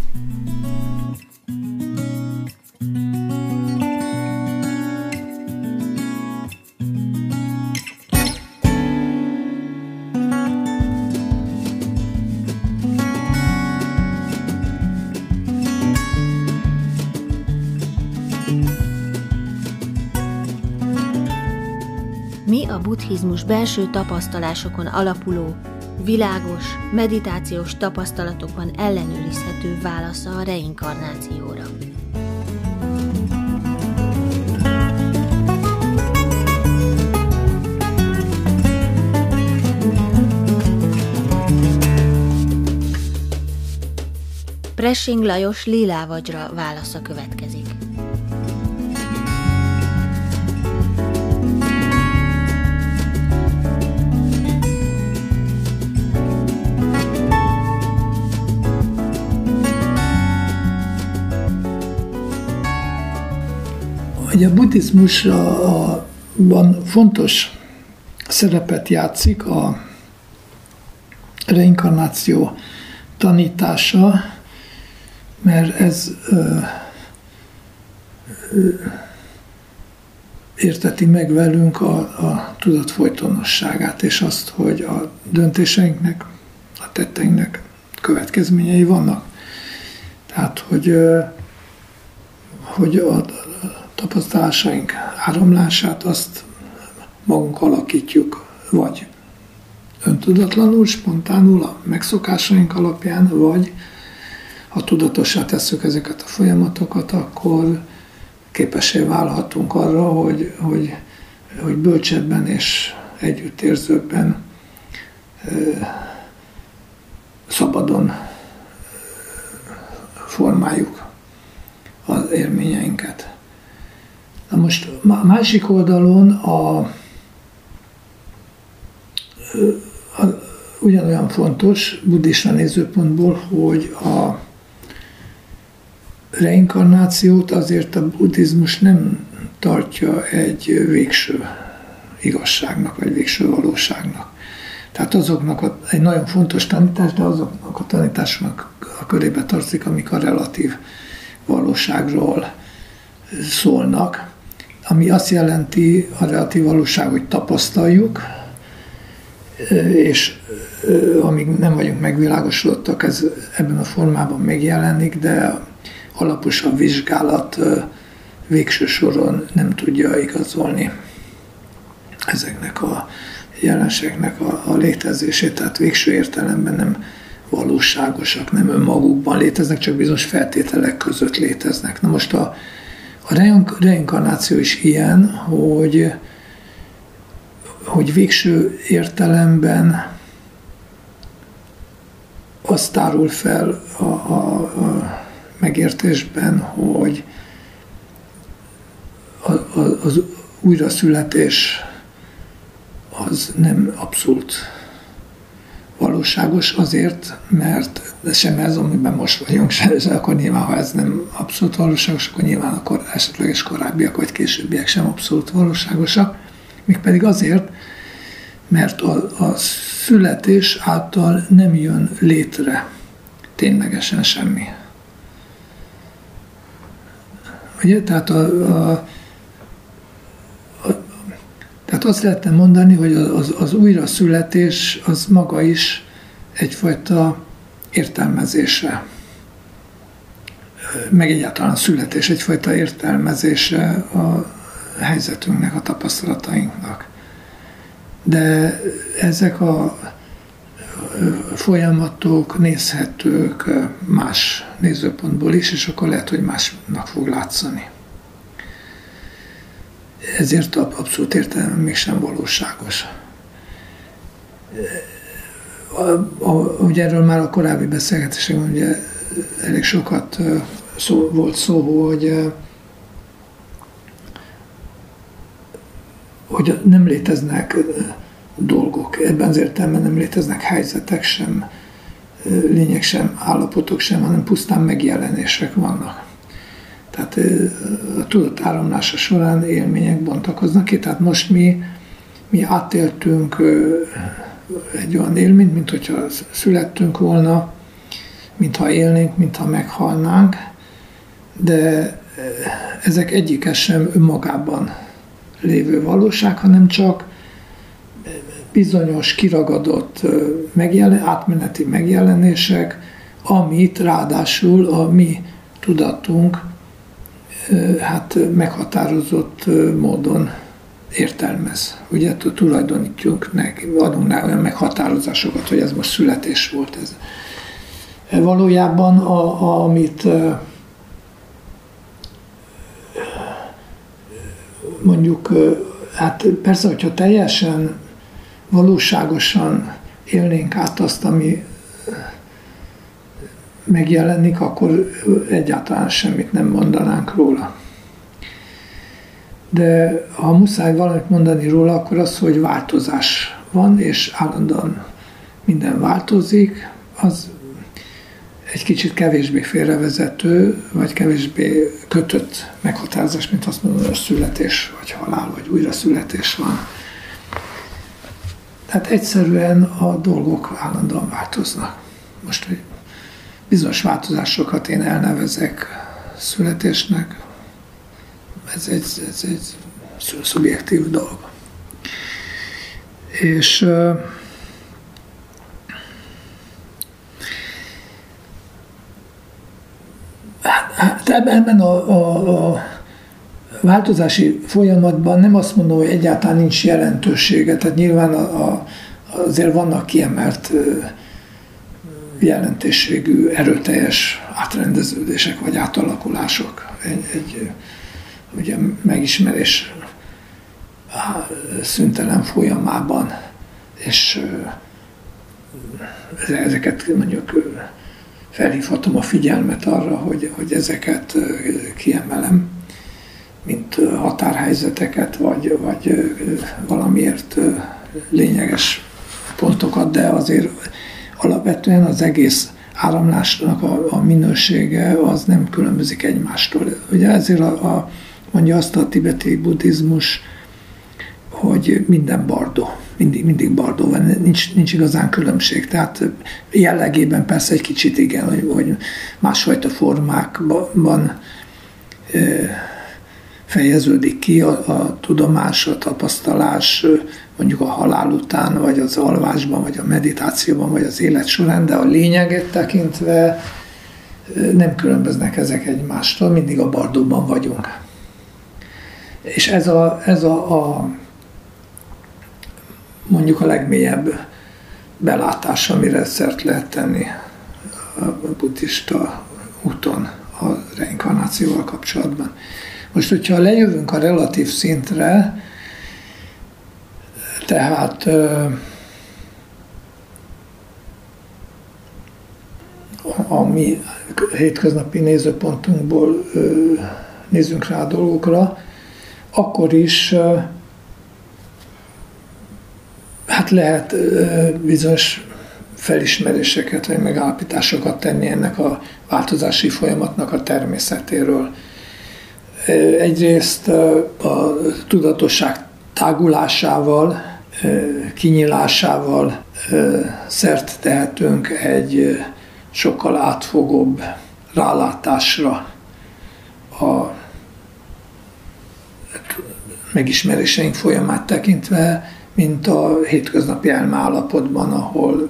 Mi a buddhizmus belső tapasztalásokon alapuló, világos, meditációs tapasztalatokban ellenőrizhető válasza a reinkarnációra. Pressing Lajos Lilávadzsra válasza következik. Ugye a buddhizmusban fontos szerepet játszik a reinkarnáció tanítása, mert ez ö, ö, érteti meg velünk a, a tudat folytonosságát, és azt, hogy a döntéseinknek, a tetteinknek következményei vannak. Tehát, hogy, ö, hogy a tapasztalásaink áramlását azt magunk alakítjuk, vagy öntudatlanul, spontánul, a megszokásaink alapján, vagy ha tudatossá tesszük ezeket a folyamatokat, akkor képessé válhatunk arra, hogy, hogy, hogy bölcsebben és együttérzőbben, szabadon formáljuk az élményeinket. Na most a másik oldalon a, a, ugyanolyan fontos buddhista nézőpontból, hogy a reinkarnációt azért a buddhizmus nem tartja egy végső igazságnak, vagy végső valóságnak. Tehát azoknak a, egy nagyon fontos tanítás, de azoknak a tanításnak a körébe tartozik, amik a relatív valóságról szólnak, ami azt jelenti a relatív valóság, hogy tapasztaljuk, és amíg nem vagyunk megvilágosodottak, ez ebben a formában megjelenik, de alaposabb vizsgálat végső soron nem tudja igazolni ezeknek a jelenségnek a, a létezését, tehát végső értelemben nem valóságosak, nem önmagukban léteznek, csak bizonyos feltételek között léteznek. Na most a, a reinkarnáció is ilyen, hogy, hogy végső értelemben azt tárul fel a, a, a megértésben, hogy a, a, az újraszületés az nem abszolút valóságos azért, mert sem ez, amiben most vagyunk, se, akkor nyilván, ha ez nem abszolút valóságos, akkor nyilván akkor esetleges korábbiak vagy későbbiek sem abszolút valóságosak. Mégpedig azért, mert a, a születés által nem jön létre ténylegesen semmi. Ugye? Tehát a, a, a Tehát azt lehetne mondani, hogy az, az újraszületés az maga is egyfajta értelmezése, meg egyáltalán születés egyfajta értelmezése a helyzetünknek, a tapasztalatainknak. De ezek a folyamatok nézhetők más nézőpontból is, és akkor lehet, hogy másnak fog látszani. Ezért abszolút értelemben mégsem valóságos. A, a, ugye erről már a korábbi beszélgetésben ugye elég sokat szó, volt szó, hogy, hogy nem léteznek dolgok. Ebben az értelemben nem léteznek helyzetek sem, lények sem, állapotok sem, hanem pusztán megjelenések vannak. Tehát a tudat áramlása során élmények bontakoznak ki. Tehát most mi, mi átéltünk egy olyan élményt, mint hogyha születtünk volna, mintha élnénk, mintha meghalnánk, de ezek egyike sem önmagában lévő valóság, hanem csak bizonyos kiragadott megjelen, átmeneti megjelenések, amit ráadásul a mi tudatunk hát meghatározott módon értelmez. Ugye tulajdonítjuk neki, adunk rá olyan meghatározásokat, hogy ez most születés volt. Ez. Valójában, a, a, amit mondjuk, hát persze, hogyha teljesen valóságosan élnénk át azt, ami megjelenik, akkor egyáltalán semmit nem mondanánk róla. De ha muszáj valamit mondani róla, akkor az, hogy változás van, és állandóan minden változik, az egy kicsit kevésbé félrevezető, vagy kevésbé kötött meghatározás, mint azt mondom, hogy születés, vagy halál, vagy újra születés van. Tehát egyszerűen a dolgok állandóan változnak. Most, hogy bizonyos változásokat én elnevezek születésnek, ez egy, ez egy szubjektív dolog. És hát ebben a, a, a változási folyamatban nem azt mondom, hogy egyáltalán nincs jelentősége, tehát nyilván a, a, azért vannak kiemelt jelentőségű, erőteljes átrendeződések vagy átalakulások egy, egy ugye, megismerés szüntelen folyamában, és ezeket mondjuk felhívhatom a figyelmet arra, hogy, hogy ezeket kiemelem, mint határhelyzeteket, vagy, vagy valamiért lényeges pontokat, de azért alapvetően az egész áramlásnak a, a minősége az nem különbözik egymástól. Ugye ezért a, a, mondja azt a tibeti buddhizmus, hogy minden bardó, mindig, mindig bardó van, nincs, nincs igazán különbség. Tehát jellegében persze egy kicsit igen, hogy, hogy másfajta formákban e, fejeződik ki a, a tudomás, a tapasztalás, mondjuk a halál után, vagy az alvásban, vagy a meditációban, vagy az élet során, de a lényeget tekintve nem különböznek ezek egymástól, mindig a bardóban vagyunk. És ez a, ez a, a mondjuk a legmélyebb belátás, amire szert lehet tenni a buddhista úton a reinkarnációval kapcsolatban. Most, hogyha lejövünk a relatív szintre, tehát a mi hétköznapi nézőpontunkból nézzünk rá a dolgokra, akkor is hát lehet bizonyos felismeréseket vagy megállapításokat tenni ennek a változási folyamatnak a természetéről. Egyrészt a tudatosság tágulásával, kinyilásával szert tehetünk egy sokkal átfogóbb rálátásra a megismeréseink folyamát tekintve, mint a hétköznapi elmeállapotban, ahol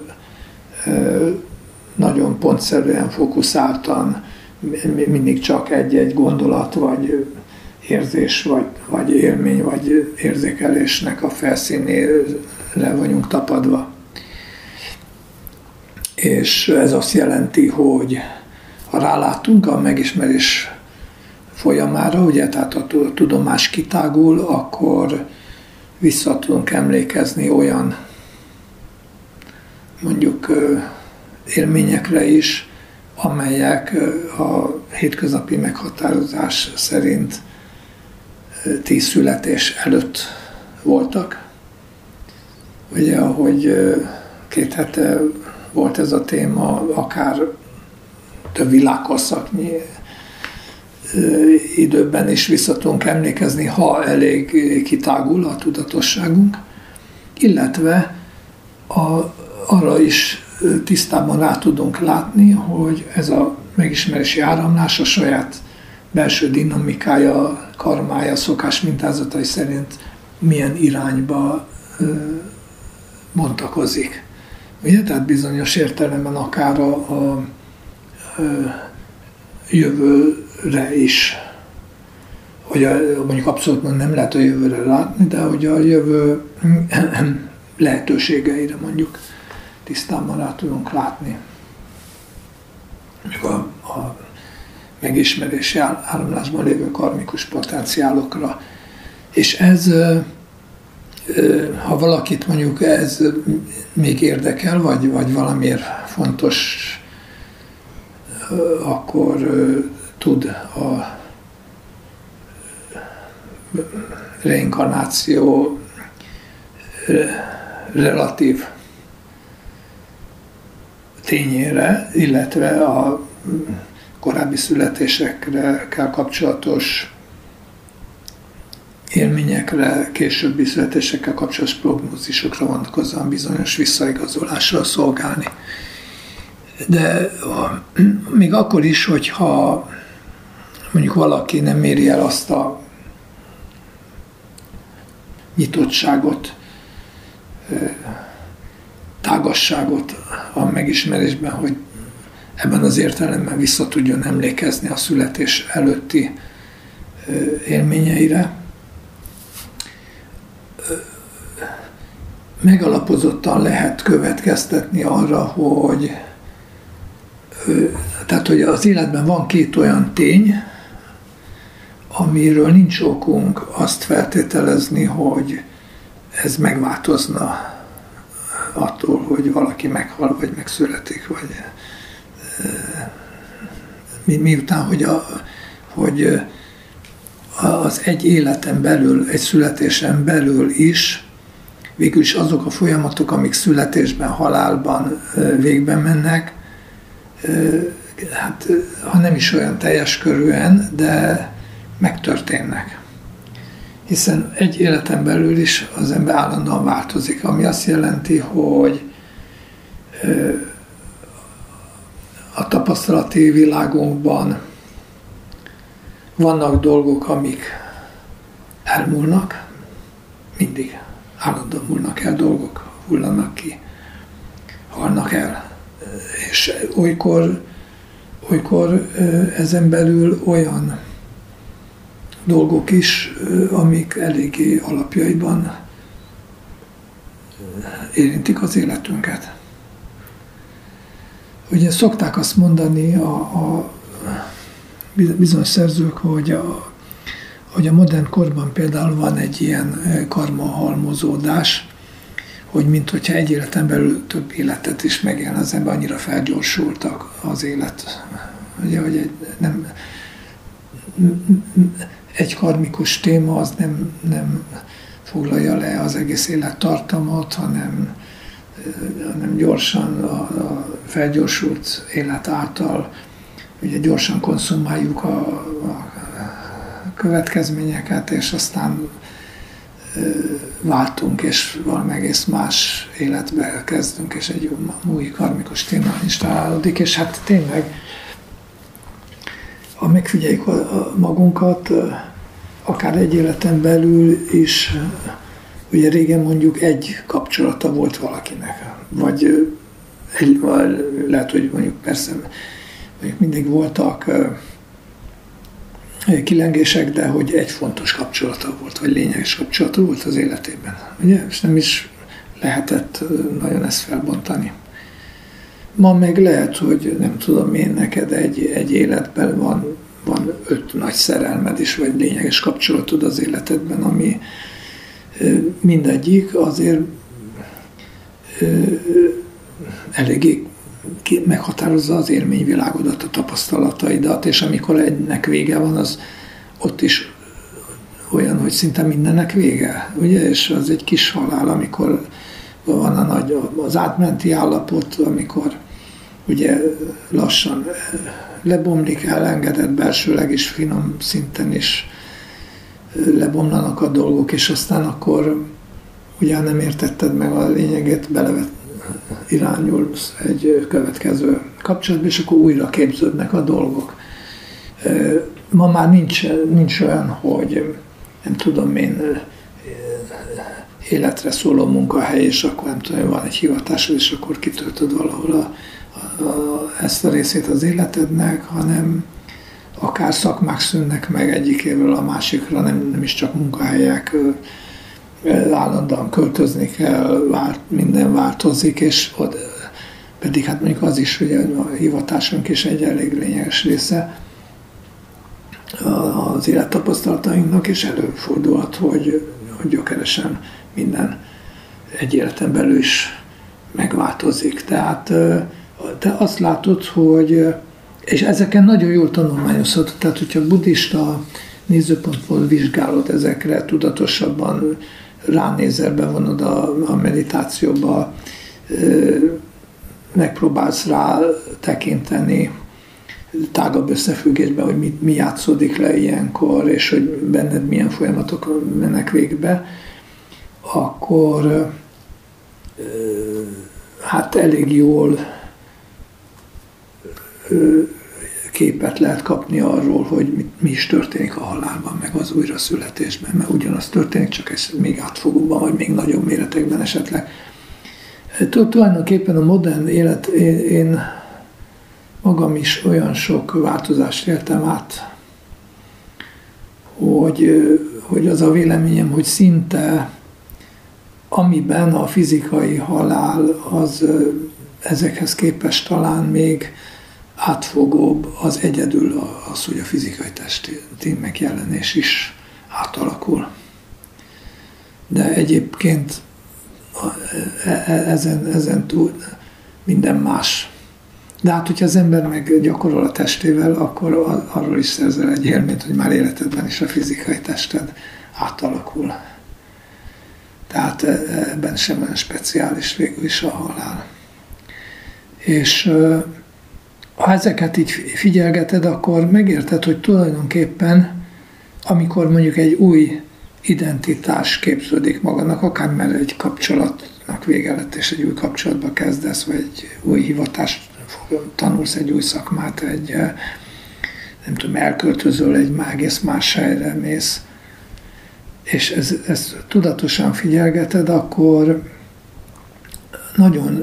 nagyon pontszerűen, fókuszáltan mindig csak egy-egy gondolat vagy érzés, vagy, vagy élmény, vagy érzékelésnek a felszínére vagyunk tapadva. És ez azt jelenti, hogy ha rálátunk a megismerés folyamára, ugye, tehát a tudomás kitágul, akkor vissza tudunk emlékezni olyan mondjuk élményekre is, amelyek a hétköznapi meghatározás szerint tíz születés előtt voltak. Ugye, ahogy két hete volt ez a téma, akár több világkorszaknyi időben is vissza tudunk emlékezni, ha elég kitágul a tudatosságunk, illetve a, arra is tisztában rá tudunk látni, hogy ez a megismerési áramlás a saját belső dinamikája, karmája, szokás mintázatai szerint milyen irányba bontakozik. Ugye? Tehát bizonyos értelemben akár a, a, a jövőre is, hogy a, mondjuk abszolút nem lehet a jövőre látni, de hogy a jövő lehetőségeire mondjuk tisztában rá tudunk látni. A, a megismerési áramlásban lévő karmikus potenciálokra. És ez, ha valakit mondjuk ez még érdekel, vagy, vagy valamiért fontos, akkor tud a reinkarnáció relatív tényére, illetve a korábbi születésekkel kapcsolatos élményekre, későbbi születésekkel kapcsolatos prognózisokra vonatkozóan bizonyos visszaigazolással szolgálni. De a, még akkor is, hogyha mondjuk valaki nem éri el azt a nyitottságot, tágasságot a megismerésben, hogy ebben az értelemben vissza tudjon emlékezni a születés előtti élményeire. Megalapozottan lehet következtetni arra, hogy tehát, hogy az életben van két olyan tény, amiről nincs okunk azt feltételezni, hogy ez megváltozna attól, hogy valaki meghal, vagy megszületik, vagy mi, miután, hogy, a, hogy az egy életen belül, egy születésen belül is végül is azok a folyamatok, amik születésben, halálban végbe mennek, hát ha nem is olyan teljes körűen, de megtörténnek. Hiszen egy életen belül is az ember állandóan változik, ami azt jelenti, hogy a tapasztalati világunkban vannak dolgok, amik elmúlnak, mindig állandóan múlnak el dolgok, hullanak ki, halnak el. És olykor, olykor ezen belül olyan dolgok is, amik eléggé alapjaiban érintik az életünket. Ugye szokták azt mondani a, a bizonyos szerzők, hogy a, hogy a modern korban például van egy ilyen karmahalmozódás, hogy minthogyha egy életen belül több életet is megélne az ember, annyira felgyorsultak az élet. Ugye, hogy egy, nem, egy karmikus téma az nem, nem foglalja le az egész élettartamot, hanem, hanem gyorsan a, a felgyorsult élet által ugye gyorsan konszumáljuk a, a következményeket, és aztán váltunk, és valami egész más életbe kezdünk, és egy új karmikus téma is találódik, és hát tényleg, ha megfigyeljük a magunkat, akár egy életen belül is, ugye régen mondjuk egy kapcsolata volt valakinek, vagy egy, lehet, hogy mondjuk persze mondjuk mindig voltak kilengések, de hogy egy fontos kapcsolata volt, vagy lényeges kapcsolata volt az életében. Ugye? És nem is lehetett nagyon ezt felbontani. Ma meg lehet, hogy nem tudom én, neked egy, egy életben van, van öt nagy szerelmed is, vagy lényeges kapcsolatod az életedben, ami mindegyik azért eléggé meghatározza az élményvilágodat, a tapasztalataidat, és amikor egynek vége van, az ott is olyan, hogy szinte mindennek vége, ugye? És az egy kis halál, amikor van a nagy, az átmeneti állapot, amikor ugye lassan lebomlik, elengedett belsőleg is, finom szinten is lebomlanak a dolgok, és aztán akkor ugye nem értetted meg a lényeget, belevet irányulsz egy következő kapcsolatba, és akkor újra képződnek a dolgok. Ma már nincs, nincs olyan, hogy nem tudom én, életre szóló munkahely, és akkor nem tudom, van egy hivatásod, és akkor kitöltöd valahol a, a, a, ezt a részét az életednek, hanem akár szakmák szűnnek meg egyik évről a másikra, nem, nem is csak munkahelyek, állandóan költözni kell, vált, minden változik, és ott, pedig hát mondjuk az is, hogy a hivatásunk is egy elég lényeges része az élettapasztalatainknak, és előfordulhat, hogy, hogy gyökeresen minden egy életen belül is megváltozik. Tehát te azt látod, hogy, és ezeken nagyon jól tanulmányozhatod, tehát hogyha buddhista nézőpontból vizsgálod ezekre, tudatosabban ránézel, bevonod a, a meditációba, megpróbálsz rá tekinteni tágabb összefüggésben, hogy mi, mi játszódik le ilyenkor, és hogy benned milyen folyamatok mennek végbe, akkor hát elég jól képet lehet kapni arról, hogy mi, mi is történik a halálban, meg az újraszületésben, mert ugyanaz történik, csak ez még átfogóban, vagy még nagyobb méretekben esetleg. Tulajdonképpen a modern élet, én, én magam is olyan sok változást éltem át, hogy, hogy az a véleményem, hogy szinte amiben a fizikai halál az ezekhez képest talán még átfogóbb, az egyedül az, hogy a fizikai testi megjelenés is átalakul. De egyébként ezen, ezen túl minden más. De hát, hogyha az ember meg gyakorol a testével, akkor arról is szerzel egy élményt, hogy már életedben is a fizikai tested átalakul. Tehát ebben sem olyan speciális végül is a halál. És ha ezeket így figyelgeted, akkor megérted, hogy tulajdonképpen, amikor mondjuk egy új identitás képződik magadnak, akár mert egy kapcsolatnak vége lett, és egy új kapcsolatba kezdesz, vagy egy új hivatást tanulsz, egy új szakmát, egy, nem tudom, elköltözöl, egy egész más helyre mész, és ez, ezt tudatosan figyelgeted, akkor nagyon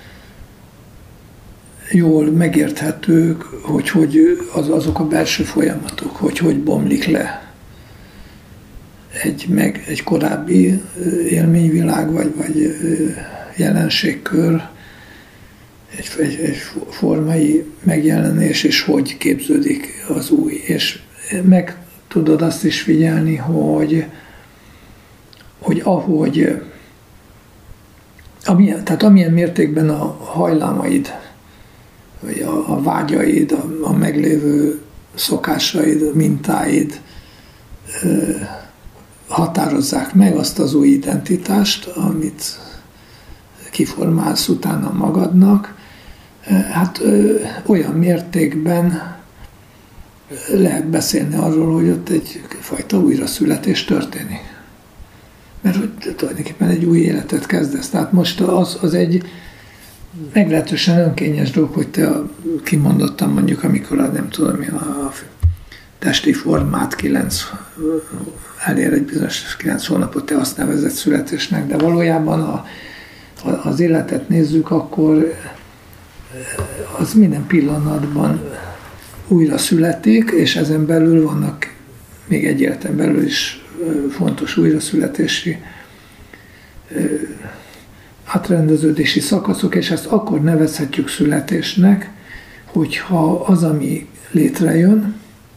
jól megérthetők, hogy, hogy az, azok a belső folyamatok, hogy hogy bomlik le egy, meg, egy korábbi élményvilág, vagy, vagy jelenségkör, egy, egy, egy formai megjelenés, és hogy képződik az új. És meg tudod azt is figyelni, hogy, hogy ahogy, amilyen, tehát amilyen mértékben a hajlámaid, vagy a, a vágyaid, a, a meglévő szokásaid, mintáid ö, határozzák meg azt az új identitást, amit kiformálsz utána magadnak, hát ö, olyan mértékben lehet beszélni arról, hogy ott egyfajta újraszületés történik. Mert hogy tulajdonképpen egy új életet kezdesz. Tehát most az, az egy meglehetősen önkényes dolog, hogy te kimondottan mondjuk, amikor a, nem tudom, a testi formát kilenc, elér egy bizonyos kilenc hónapot, te azt nevezed születésnek, de valójában a, a, az életet nézzük, akkor az minden pillanatban újra születik, és ezen belül vannak még egy életen belül is fontos újraszületési, átrendeződési szakaszok, és ezt akkor nevezhetjük születésnek, hogyha az, ami létrejön,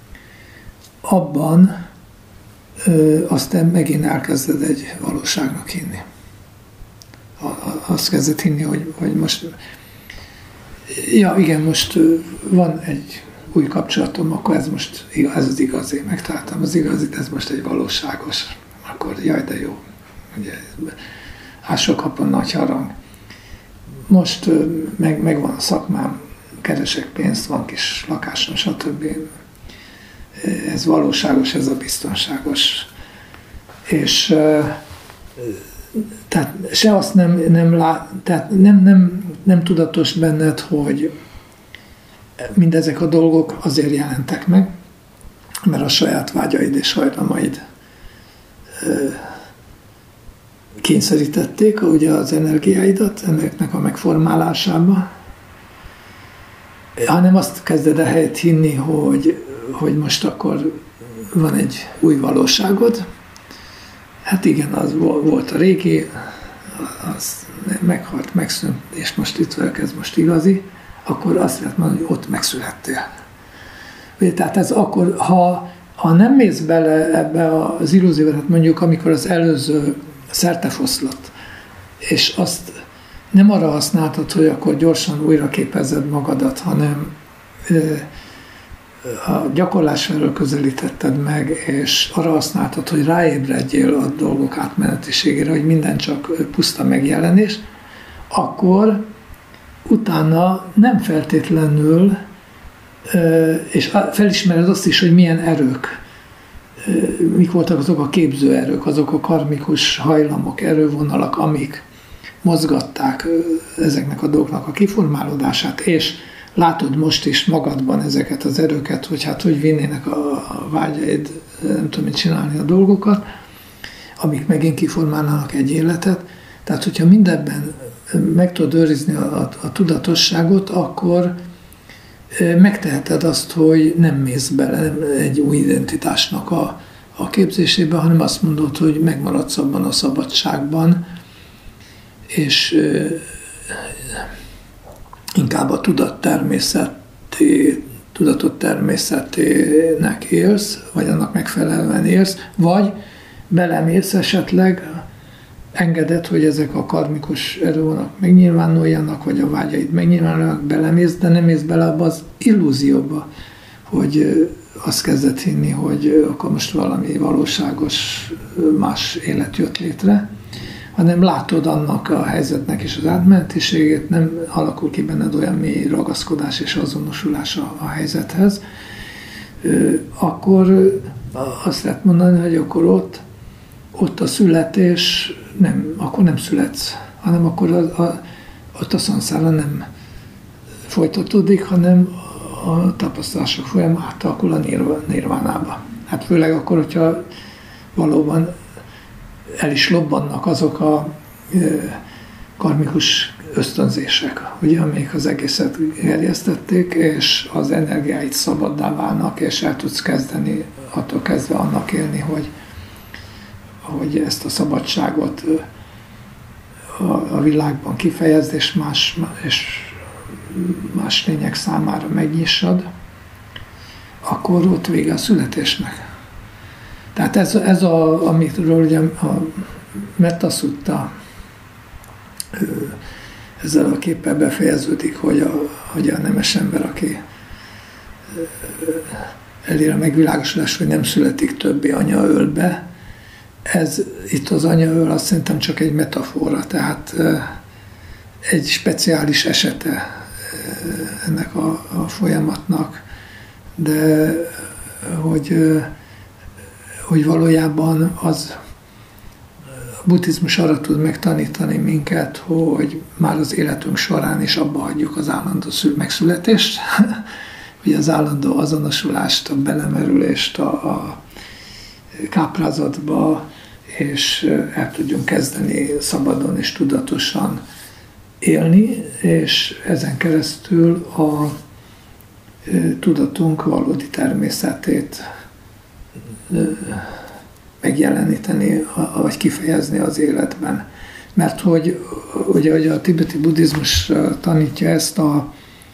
abban ö, aztán megint elkezded egy valóságnak hinni. A, a, azt kezded hinni, hogy, hogy most ja igen, most van egy új kapcsolatom, akkor ez most ez az igazi, megtaláltam az igazit, ez most egy valóságos. Akkor jaj, de jó. Ugye, ásókapon nagy harang. Most meg, megvan a szakmám, keresek pénzt, van kis lakásom, stb. Ez valóságos, ez a biztonságos. És tehát se azt nem, nem, lá, tehát nem, nem, nem tudatos benned, hogy mindezek a dolgok azért jelentek meg, mert a saját vágyaid és hajlamaid kényszerítették ugye az energiáidat ennek a megformálásába, hanem azt kezded el helyett hinni, hogy, hogy most akkor van egy új valóságod. Hát igen, az volt a régi, az meghalt, megszűnt, és most itt vagyok, ez most igazi, akkor azt lehet mondani, hogy ott megszülettél. Ugye, tehát ez akkor, ha, ha nem mész bele ebbe az illúzióba, hát mondjuk amikor az előző szertefoszlott, és azt nem arra használtad, hogy akkor gyorsan újra képezzed magadat, hanem a gyakorlás felől közelítetted meg, és arra használtad, hogy ráébredjél a dolgok átmenetiségére, hogy minden csak puszta megjelenés, akkor utána nem feltétlenül, és felismered azt is, hogy milyen erők, mik voltak azok a képzőerők, azok a karmikus hajlamok, erővonalak, amik mozgatták ezeknek a dolgoknak a kiformálódását, és látod most is magadban ezeket az erőket, hogy hát hogy vinnének a vágyaid, nem tudom, mit csinálni a dolgokat, amik megint kiformálnának egy életet. Tehát, hogyha mindebben meg tudod őrizni a, a, a tudatosságot, akkor megteheted azt, hogy nem mész bele egy új identitásnak a, a képzésébe, hanem azt mondod, hogy megmaradsz abban a szabadságban, és inkább a tudat természeti, tudatot természetének élsz, vagy annak megfelelően élsz, vagy belemész esetleg, engeded, hogy ezek a karmikus erővonalak megnyilvánuljanak, vagy a vágyaid megnyilvánuljanak, belemész, de nem mész bele abba az illúzióba, hogy azt kezded hinni, hogy akkor most valami valóságos más élet jött létre, hanem látod annak a helyzetnek is az átmenetiségét, nem alakul ki benned olyan mély ragaszkodás és azonosulás a, a helyzethez, akkor azt lehet mondani, hogy akkor ott, ott a születés nem, akkor nem születsz, hanem akkor a, a, ott a szanszára nem folytatódik, hanem a tapasztalások folyamán átalakul a nirvánába. Hát főleg akkor, hogyha valóban el is lobbannak azok a karmikus ösztönzések, ugye, amelyek az egészet gerjesztették, és az energiáit szabaddá válnak, és el tudsz kezdeni attól kezdve annak élni, hogy, hogy ezt a szabadságot a, a világban kifejezd, és más, és más lények számára megnyissad, akkor ott vége a születésnek. Tehát ez, ez a, amitről ugye a Metta Sutta ezzel a képpel befejeződik, hogy a, hogy a nemes ember, aki elér a megvilágosodás, hogy nem születik többé anyaölbe, ez itt az anyaöl azt szerintem csak egy metafora, tehát egy speciális esete ennek a, a folyamatnak, de hogy hogy valójában az a buddhizmus arra tud megtanítani minket, hogy már az életünk során is abba hagyjuk az állandó megszületést, ugye az állandó azonosulást, a belemerülést a, a káprázatba, és el tudjunk kezdeni szabadon és tudatosan élni, és ezen keresztül a tudatunk valódi természetét megjeleníteni, vagy kifejezni az életben. Mert hogy ugye, hogy a tibeti buddhizmus tanítja ezt, a,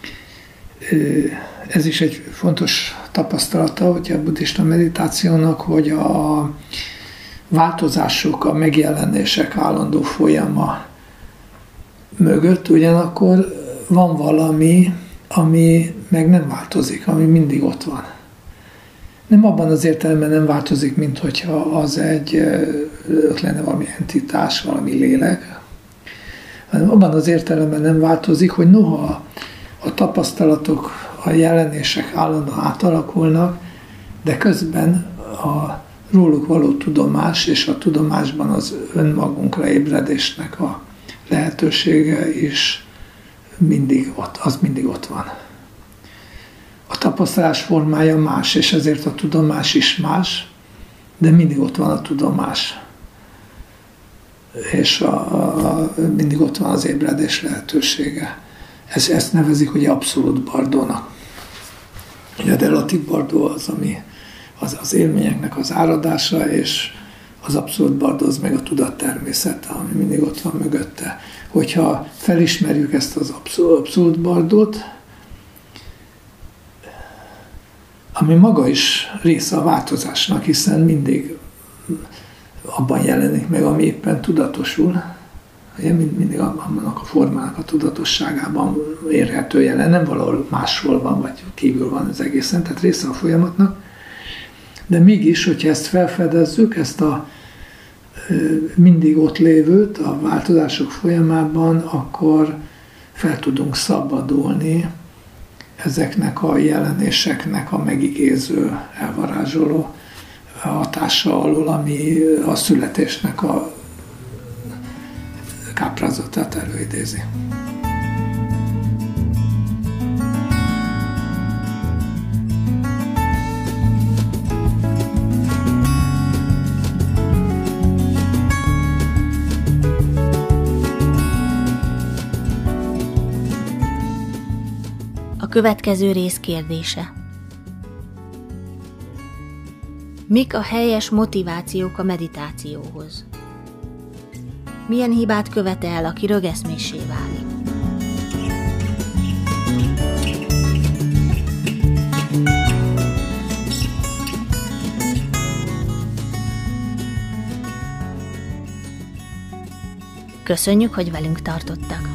ez is egy fontos tapasztalata ugye a buddhista meditációnak, hogy a változások, a megjelenések állandó folyama mögött ugyanakkor van valami, ami meg nem változik, ami mindig ott van. Nem abban az értelemben nem változik, mint hogyha az egy, ott lenne valami entitás, valami lélek, hanem abban az értelemben nem változik, hogy noha a tapasztalatok, a jelenések állandóan átalakulnak, de közben a róluk való tudomás és a tudomásban az önmagunkra ébredésnek a lehetősége is mindig ott, az mindig ott van. A tapasztalás formája más, és ezért a tudomás is más, de mindig ott van a tudomás. És a, a, mindig ott van az ébredés lehetősége. Ez, ezt nevezik ugye abszolút bardónak. Ugye a relatív bardó az, ami az, az élményeknek az áradása, és az abszolút bardó az meg a tudat természete, ami mindig ott van mögötte. Hogyha felismerjük ezt az abszolút, abszolút bardót, ami maga is része a változásnak, hiszen mindig abban jelenik meg, ami éppen tudatosul, ugye mindig annak a formának a tudatosságában érhető jelen, nem valahol máshol van, vagy kívül van az egészen, tehát része a folyamatnak, de mégis, hogyha ezt felfedezzük, ezt a mindig ott lévőt a változások folyamában, akkor fel tudunk szabadulni ezeknek a jelenéseknek a megigéző, elvarázsoló hatása alól, ami a születésnek a káprázatát előidézi. A következő rész kérdése. Mik a helyes motivációk a meditációhoz? Milyen hibát követel, aki rögeszméssé válik? Köszönjük, hogy velünk tartottak!